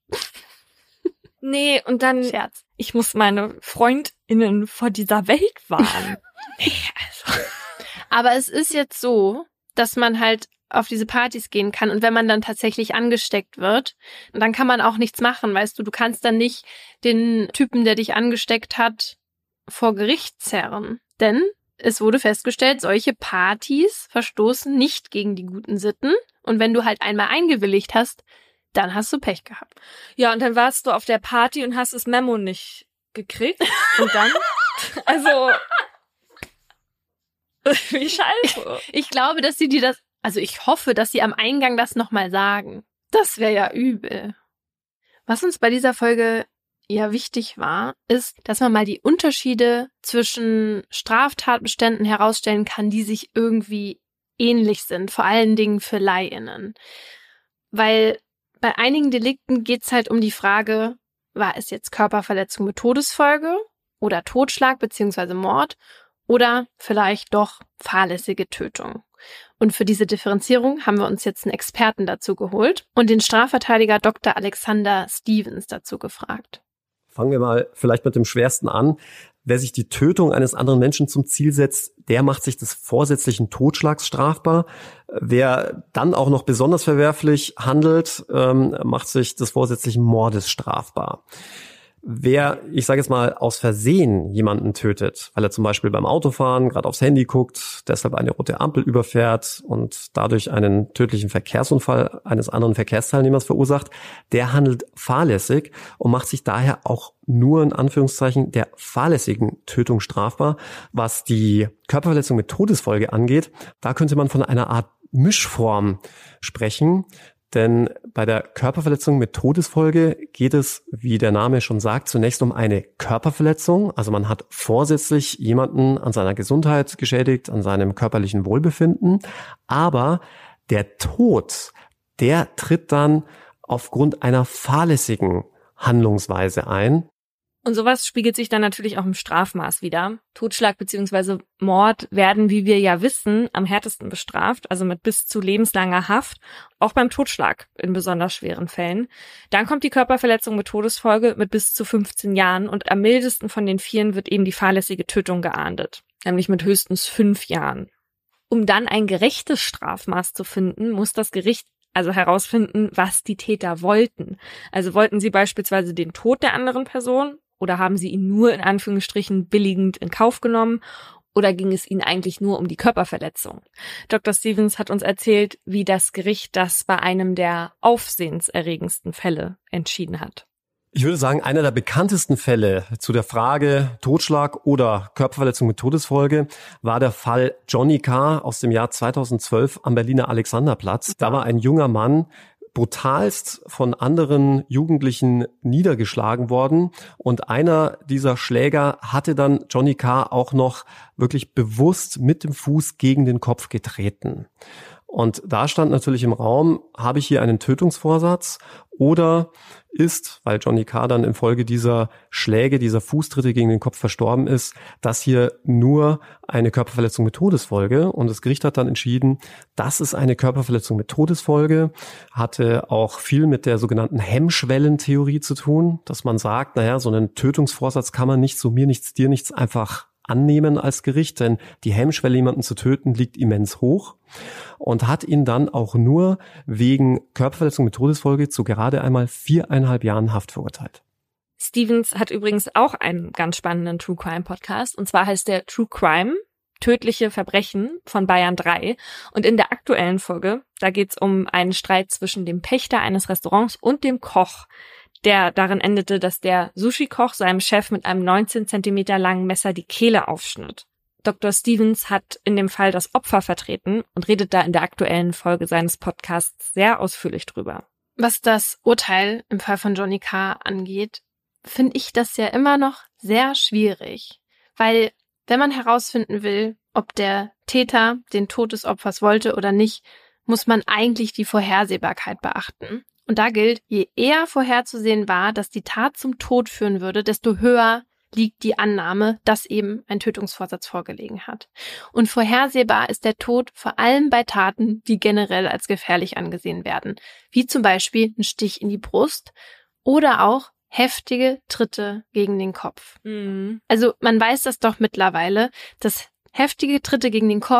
Nee, und dann, Scherz. ich muss meine FreundInnen vor dieser Welt warnen. Nee, also. Aber es ist jetzt so, dass man halt auf diese Partys gehen kann und wenn man dann tatsächlich angesteckt wird, dann kann man auch nichts machen, weißt du, du kannst dann nicht den Typen, der dich angesteckt hat, vor Gericht zerren. Denn es wurde festgestellt, solche Partys verstoßen nicht gegen die guten Sitten und wenn du halt einmal eingewilligt hast, dann hast du Pech gehabt. Ja, und dann warst du auf der Party und hast das Memo nicht gekriegt und dann, also, wie scheiße. Ich glaube, dass sie dir das Also ich hoffe, dass sie am Eingang das nochmal sagen. Das wäre ja übel. Was uns bei dieser Folge ja wichtig war, ist, dass man mal die Unterschiede zwischen Straftatbeständen herausstellen kann, die sich irgendwie ähnlich sind, vor allen Dingen für LaiInnen. Weil bei einigen Delikten geht's halt um die Frage, war es jetzt Körperverletzung mit Todesfolge oder Totschlag bzw. Mord oder vielleicht doch fahrlässige Tötung. Und für diese Differenzierung haben wir uns jetzt einen Experten dazu geholt und den Strafverteidiger Doktor Alexander Stevens dazu gefragt. Fangen wir mal vielleicht mit dem Schwersten an. Wer sich die Tötung eines anderen Menschen zum Ziel setzt, der macht sich des vorsätzlichen Totschlags strafbar. Wer dann auch noch besonders verwerflich handelt, ähm, macht sich des vorsätzlichen Mordes strafbar. Wer, ich sage jetzt mal, aus Versehen jemanden tötet, weil er zum Beispiel beim Autofahren gerade aufs Handy guckt, deshalb eine rote Ampel überfährt und dadurch einen tödlichen Verkehrsunfall eines anderen Verkehrsteilnehmers verursacht, der handelt fahrlässig und macht sich daher auch nur in Anführungszeichen der fahrlässigen Tötung strafbar. Was die Körperverletzung mit Todesfolge angeht, da könnte man von einer Art Mischform sprechen. Denn bei der Körperverletzung mit Todesfolge geht es, wie der Name schon sagt, zunächst um eine Körperverletzung. Also man hat vorsätzlich jemanden an seiner Gesundheit geschädigt, an seinem körperlichen Wohlbefinden. Aber der Tod, der tritt dann aufgrund einer fahrlässigen Handlungsweise ein. Und sowas spiegelt sich dann natürlich auch im Strafmaß wider. Totschlag bzw. Mord werden, wie wir ja wissen, am härtesten bestraft, also mit bis zu lebenslanger Haft, auch beim Totschlag in besonders schweren Fällen. Dann kommt die Körperverletzung mit Todesfolge mit bis zu fünfzehn Jahren und am mildesten von den vieren wird eben die fahrlässige Tötung geahndet, nämlich mit höchstens fünf Jahren. Um dann ein gerechtes Strafmaß zu finden, muss das Gericht also herausfinden, was die Täter wollten. Also wollten sie beispielsweise den Tod der anderen Person oder haben sie ihn nur in Anführungsstrichen billigend in Kauf genommen oder ging es ihnen eigentlich nur um die Körperverletzung? Doktor Stevens hat uns erzählt, wie das Gericht das bei einem der aufsehenserregendsten Fälle entschieden hat. Ich würde sagen, einer der bekanntesten Fälle zu der Frage Totschlag oder Körperverletzung mit Todesfolge war der Fall Johnny K. aus dem Jahr zweitausendzwölf am Berliner Alexanderplatz. Da war ein junger Mann brutalst von anderen Jugendlichen niedergeschlagen worden und einer dieser Schläger hatte dann Johnny K. auch noch wirklich bewusst mit dem Fuß gegen den Kopf getreten. Und da stand natürlich im Raum, habe ich hier einen Tötungsvorsatz oder ist, weil Johnny K. dann infolge dieser Schläge, dieser Fußtritte gegen den Kopf verstorben ist, das hier nur eine Körperverletzung mit Todesfolge. Und das Gericht hat dann entschieden, das ist eine Körperverletzung mit Todesfolge, hatte auch viel mit der sogenannten Hemmschwellentheorie zu tun, dass man sagt, naja, so einen Tötungsvorsatz kann man nicht so mir nichts, dir nichts einfach annehmen als Gericht, denn die Hemmschwelle, jemanden zu töten, liegt immens hoch und hat ihn dann auch nur wegen Körperverletzung mit Todesfolge zu gerade einmal viereinhalb Jahren Haft verurteilt. Stevens hat übrigens auch einen ganz spannenden True Crime Podcast und zwar heißt der True Crime Tödliche Verbrechen von Bayern drei und in der aktuellen Folge, da geht's um einen Streit zwischen dem Pächter eines Restaurants und dem Koch, der darin endete, dass der Sushi-Koch seinem Chef mit einem neunzehn Zentimeter langen Messer die Kehle aufschnitt. Doktor Stevens hat in dem Fall das Opfer vertreten und redet da in der aktuellen Folge seines Podcasts sehr ausführlich drüber. Was das Urteil im Fall von Johnny K. angeht, finde ich das ja immer noch sehr schwierig. Weil, wenn man herausfinden will, ob der Täter den Tod des Opfers wollte oder nicht, muss man eigentlich die Vorhersehbarkeit beachten. Und da gilt, je eher vorherzusehen war, dass die Tat zum Tod führen würde, desto höher liegt die Annahme, dass eben ein Tötungsvorsatz vorgelegen hat. Und vorhersehbar ist der Tod vor allem bei Taten, die generell als gefährlich angesehen werden, wie zum Beispiel ein Stich in die Brust oder auch heftige Tritte gegen den Kopf. Mhm. Also man weiß das doch mittlerweile, dass heftige Tritte gegen den Kopf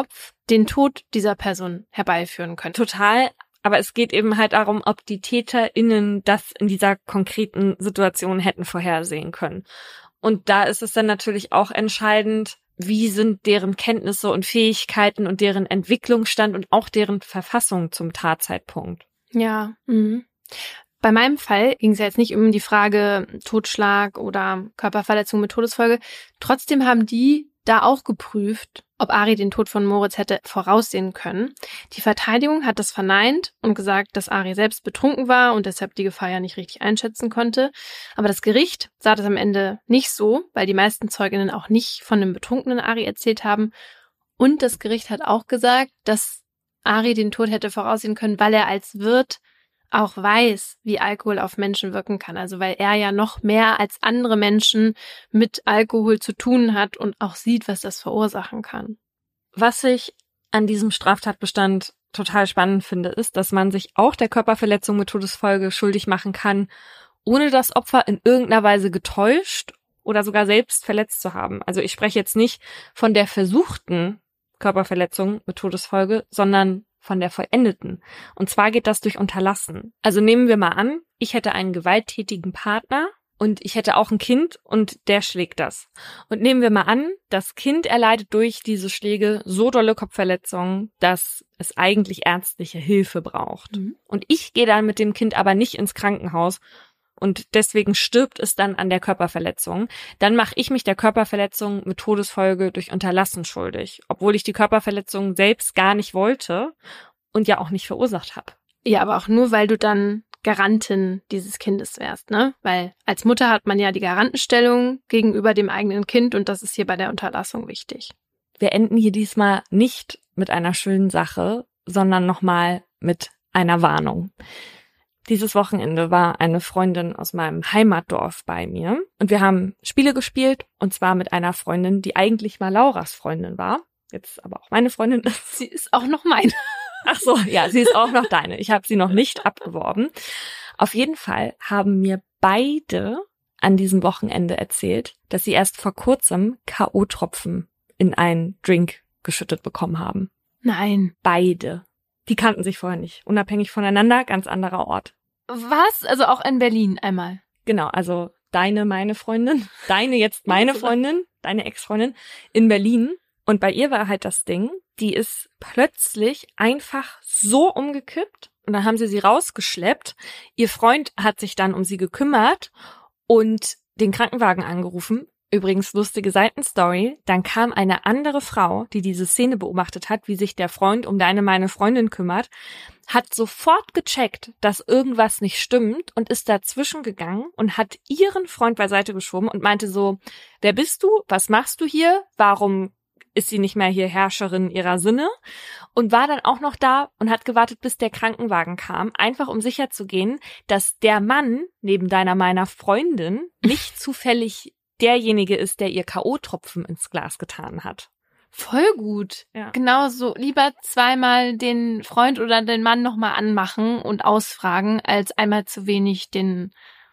den Tod dieser Person herbeiführen können. Total. Aber es geht eben halt darum, ob die TäterInnen das in dieser konkreten Situation hätten vorhersehen können. Und da ist es dann natürlich auch entscheidend, wie sind deren Kenntnisse und Fähigkeiten und deren Entwicklungsstand und auch deren Verfassung zum Tatzeitpunkt. Ja, mhm. Bei meinem Fall ging es ja jetzt nicht um die Frage Totschlag oder Körperverletzung mit Todesfolge. Trotzdem haben die da auch geprüft, ob Ari den Tod von Moritz hätte voraussehen können. Die Verteidigung hat das verneint und gesagt, dass Ari selbst betrunken war und deshalb die Gefahr ja nicht richtig einschätzen konnte. Aber das Gericht sah das am Ende nicht so, weil die meisten Zeuginnen auch nicht von dem betrunkenen Ari erzählt haben. Und das Gericht hat auch gesagt, dass Ari den Tod hätte voraussehen können, weil er als Wirt auch weiß, wie Alkohol auf Menschen wirken kann. Also weil er ja noch mehr als andere Menschen mit Alkohol zu tun hat und auch sieht, was das verursachen kann. Was ich an diesem Straftatbestand total spannend finde, ist, dass man sich auch der Körperverletzung mit Todesfolge schuldig machen kann, ohne das Opfer in irgendeiner Weise getäuscht oder sogar selbst verletzt zu haben. Also ich spreche jetzt nicht von der versuchten Körperverletzung mit Todesfolge, sondern von der vollendeten. Und zwar geht das durch Unterlassen. Also nehmen wir mal an, ich hätte einen gewalttätigen Partner und ich hätte auch ein Kind und der schlägt das. Und nehmen wir mal an, das Kind erleidet durch diese Schläge so dolle Kopfverletzungen, dass es eigentlich ärztliche Hilfe braucht. Mhm. Und ich gehe dann mit dem Kind aber nicht ins Krankenhaus und deswegen stirbt es dann an der Körperverletzung, dann mache ich mich der Körperverletzung mit Todesfolge durch Unterlassen schuldig, obwohl ich die Körperverletzung selbst gar nicht wollte und ja auch nicht verursacht habe. Ja, aber auch nur, weil du dann Garantin dieses Kindes wärst, ne? Weil als Mutter hat man ja die Garantenstellung gegenüber dem eigenen Kind und das ist hier bei der Unterlassung wichtig. Wir enden hier diesmal nicht mit einer schönen Sache, sondern nochmal mit einer Warnung. Dieses Wochenende war eine Freundin aus meinem Heimatdorf bei mir und wir haben Spiele gespielt und zwar mit einer Freundin, die eigentlich mal Lauras Freundin war, jetzt aber auch meine Freundin ist. Sie ist auch noch meine. Ach so, ja, sie ist auch noch deine. Ich habe sie noch nicht abgeworben. Auf jeden Fall haben mir beide an diesem Wochenende erzählt, dass sie erst vor kurzem K O-Tropfen in einen Drink geschüttet bekommen haben. Nein. Beide. Die kannten sich vorher nicht. Unabhängig voneinander, ganz anderer Ort. Was? Also auch in Berlin einmal? Genau, also deine, meine Freundin, deine jetzt meine Freundin, deine Ex-Freundin in Berlin. Und bei ihr war halt das Ding, die ist plötzlich einfach so umgekippt und dann haben sie sie rausgeschleppt. Ihr Freund hat sich dann um sie gekümmert und den Krankenwagen angerufen. Übrigens lustige Seitenstory, dann kam eine andere Frau, die diese Szene beobachtet hat, wie sich der Freund um deine, meine Freundin kümmert, hat sofort gecheckt, dass irgendwas nicht stimmt und ist dazwischen gegangen und hat ihren Freund beiseite geschoben und meinte so, wer bist du, was machst du hier, warum ist sie nicht mehr hier Herrscherin ihrer Sinne und war dann auch noch da und hat gewartet, bis der Krankenwagen kam, einfach um sicher zu gehen, dass der Mann neben deiner, meiner Freundin nicht zufällig derjenige ist, der ihr K O-Tropfen ins Glas getan hat. Voll gut. Ja. Genau so. Lieber zweimal den Freund oder den Mann nochmal anmachen und ausfragen, als einmal zu wenig den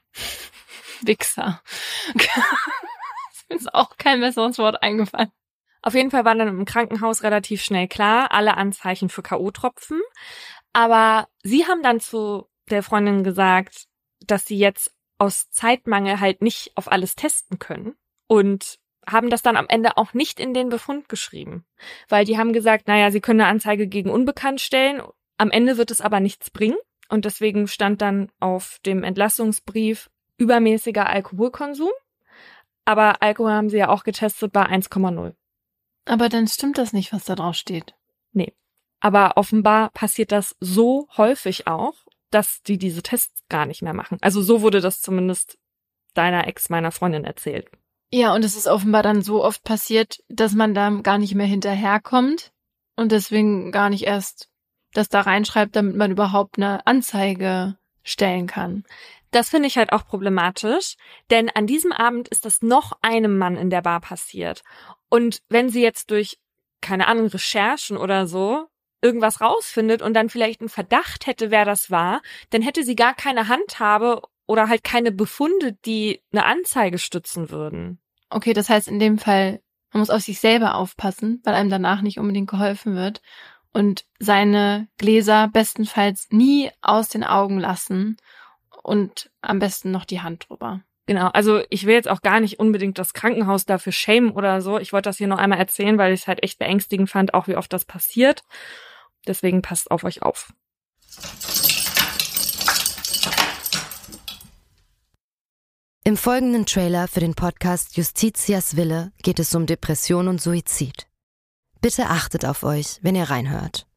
Wichser. Ist mir auch kein besseres Wort eingefallen. Auf jeden Fall war dann im Krankenhaus relativ schnell klar, alle Anzeichen für K O-Tropfen. Aber sie haben dann zu der Freundin gesagt, dass sie jetzt aus Zeitmangel halt nicht auf alles testen können und haben das dann am Ende auch nicht in den Befund geschrieben, weil die haben gesagt, naja, sie können eine Anzeige gegen Unbekannt stellen, am Ende wird es aber nichts bringen und deswegen stand dann auf dem Entlassungsbrief übermäßiger Alkoholkonsum, aber Alkohol haben sie ja auch getestet, war eins Komma null. Aber dann stimmt das nicht, was da drauf steht. Nee, aber offenbar passiert das so häufig auch, dass die diese Tests gar nicht mehr machen. Also so wurde das zumindest deiner Ex, meiner Freundin erzählt. Ja, und es ist offenbar dann so oft passiert, dass man da gar nicht mehr hinterherkommt und deswegen gar nicht erst das da reinschreibt, damit man überhaupt eine Anzeige stellen kann. Das finde ich halt auch problematisch, denn an diesem Abend ist das noch einem Mann in der Bar passiert. Und wenn sie jetzt durch, keine Ahnung, Recherchen oder so irgendwas rausfindet und dann vielleicht einen Verdacht hätte, wer das war, dann hätte sie gar keine Handhabe oder halt keine Befunde, die eine Anzeige stützen würden. Okay, das heißt in dem Fall, Man muss auf sich selber aufpassen, weil einem danach nicht unbedingt geholfen wird. Und seine Gläser bestenfalls nie aus den Augen lassen und am besten noch die Hand drüber. Genau, also ich will jetzt auch gar nicht unbedingt das Krankenhaus dafür schämen oder so. Ich wollte das hier noch einmal erzählen, weil ich es halt echt beängstigend fand, auch wie oft das passiert. Deswegen passt auf euch auf. Im folgenden Trailer für den Podcast Justitias Wille geht es um Depression und Suizid. Bitte achtet auf euch, wenn ihr reinhört.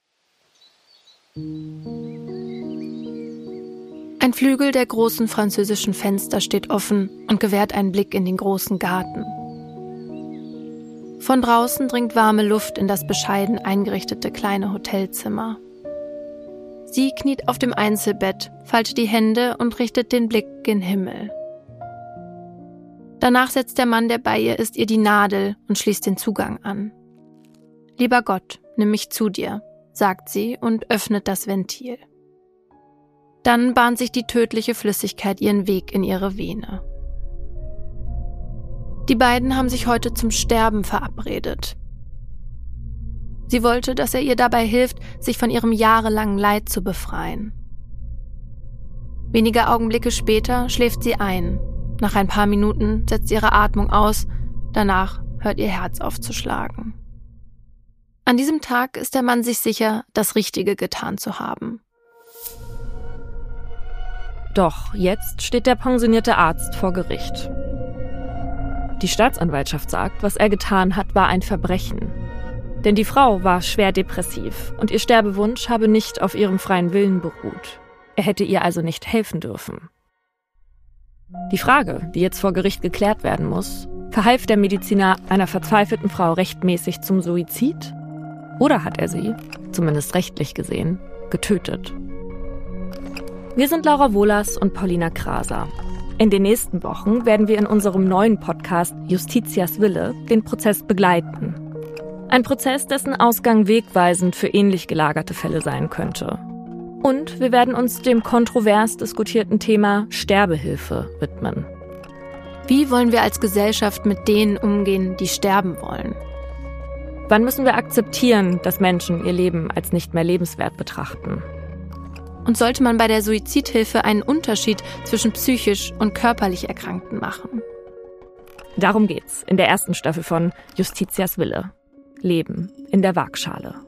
Ein Flügel der großen französischen Fenster steht offen und gewährt einen Blick in den großen Garten. Von draußen dringt warme Luft in das bescheiden eingerichtete kleine Hotelzimmer. Sie kniet auf dem Einzelbett, faltet die Hände und richtet den Blick gen Himmel. Danach setzt der Mann, der bei ihr ist, ihr die Nadel und schließt den Zugang an. »Lieber Gott, nimm mich zu dir«, sagt sie und öffnet das Ventil. Dann bahnt sich die tödliche Flüssigkeit ihren Weg in ihre Vene. Die beiden haben sich heute zum Sterben verabredet. Sie wollte, dass er ihr dabei hilft, sich von ihrem jahrelangen Leid zu befreien. Wenige Augenblicke später schläft sie ein. Nach ein paar Minuten setzt ihre Atmung aus, danach hört ihr Herz auf zu schlagen. An diesem Tag ist der Mann sich sicher, das Richtige getan zu haben. Doch jetzt steht der pensionierte Arzt vor Gericht. Die Staatsanwaltschaft sagt, was er getan hat, war ein Verbrechen. Denn die Frau war schwer depressiv und ihr Sterbewunsch habe nicht auf ihrem freien Willen beruht. Er hätte ihr also nicht helfen dürfen. Die Frage, die jetzt vor Gericht geklärt werden muss, verhalf der Mediziner einer verzweifelten Frau rechtmäßig zum Suizid? Oder hat er sie, zumindest rechtlich gesehen, getötet? Wir sind Laura Wohlers und Paulina Kraser. In den nächsten Wochen werden wir in unserem neuen Podcast Justitias Wille den Prozess begleiten. Ein Prozess, dessen Ausgang wegweisend für ähnlich gelagerte Fälle sein könnte. Und wir werden uns dem kontrovers diskutierten Thema Sterbehilfe widmen. Wie wollen wir als Gesellschaft mit denen umgehen, die sterben wollen? Wann müssen wir akzeptieren, dass Menschen ihr Leben als nicht mehr lebenswert betrachten? Und sollte man bei der Suizidhilfe einen Unterschied zwischen psychisch und körperlich Erkrankten machen? Darum geht's in der ersten Staffel von Justitias Wille. Leben in der Waagschale.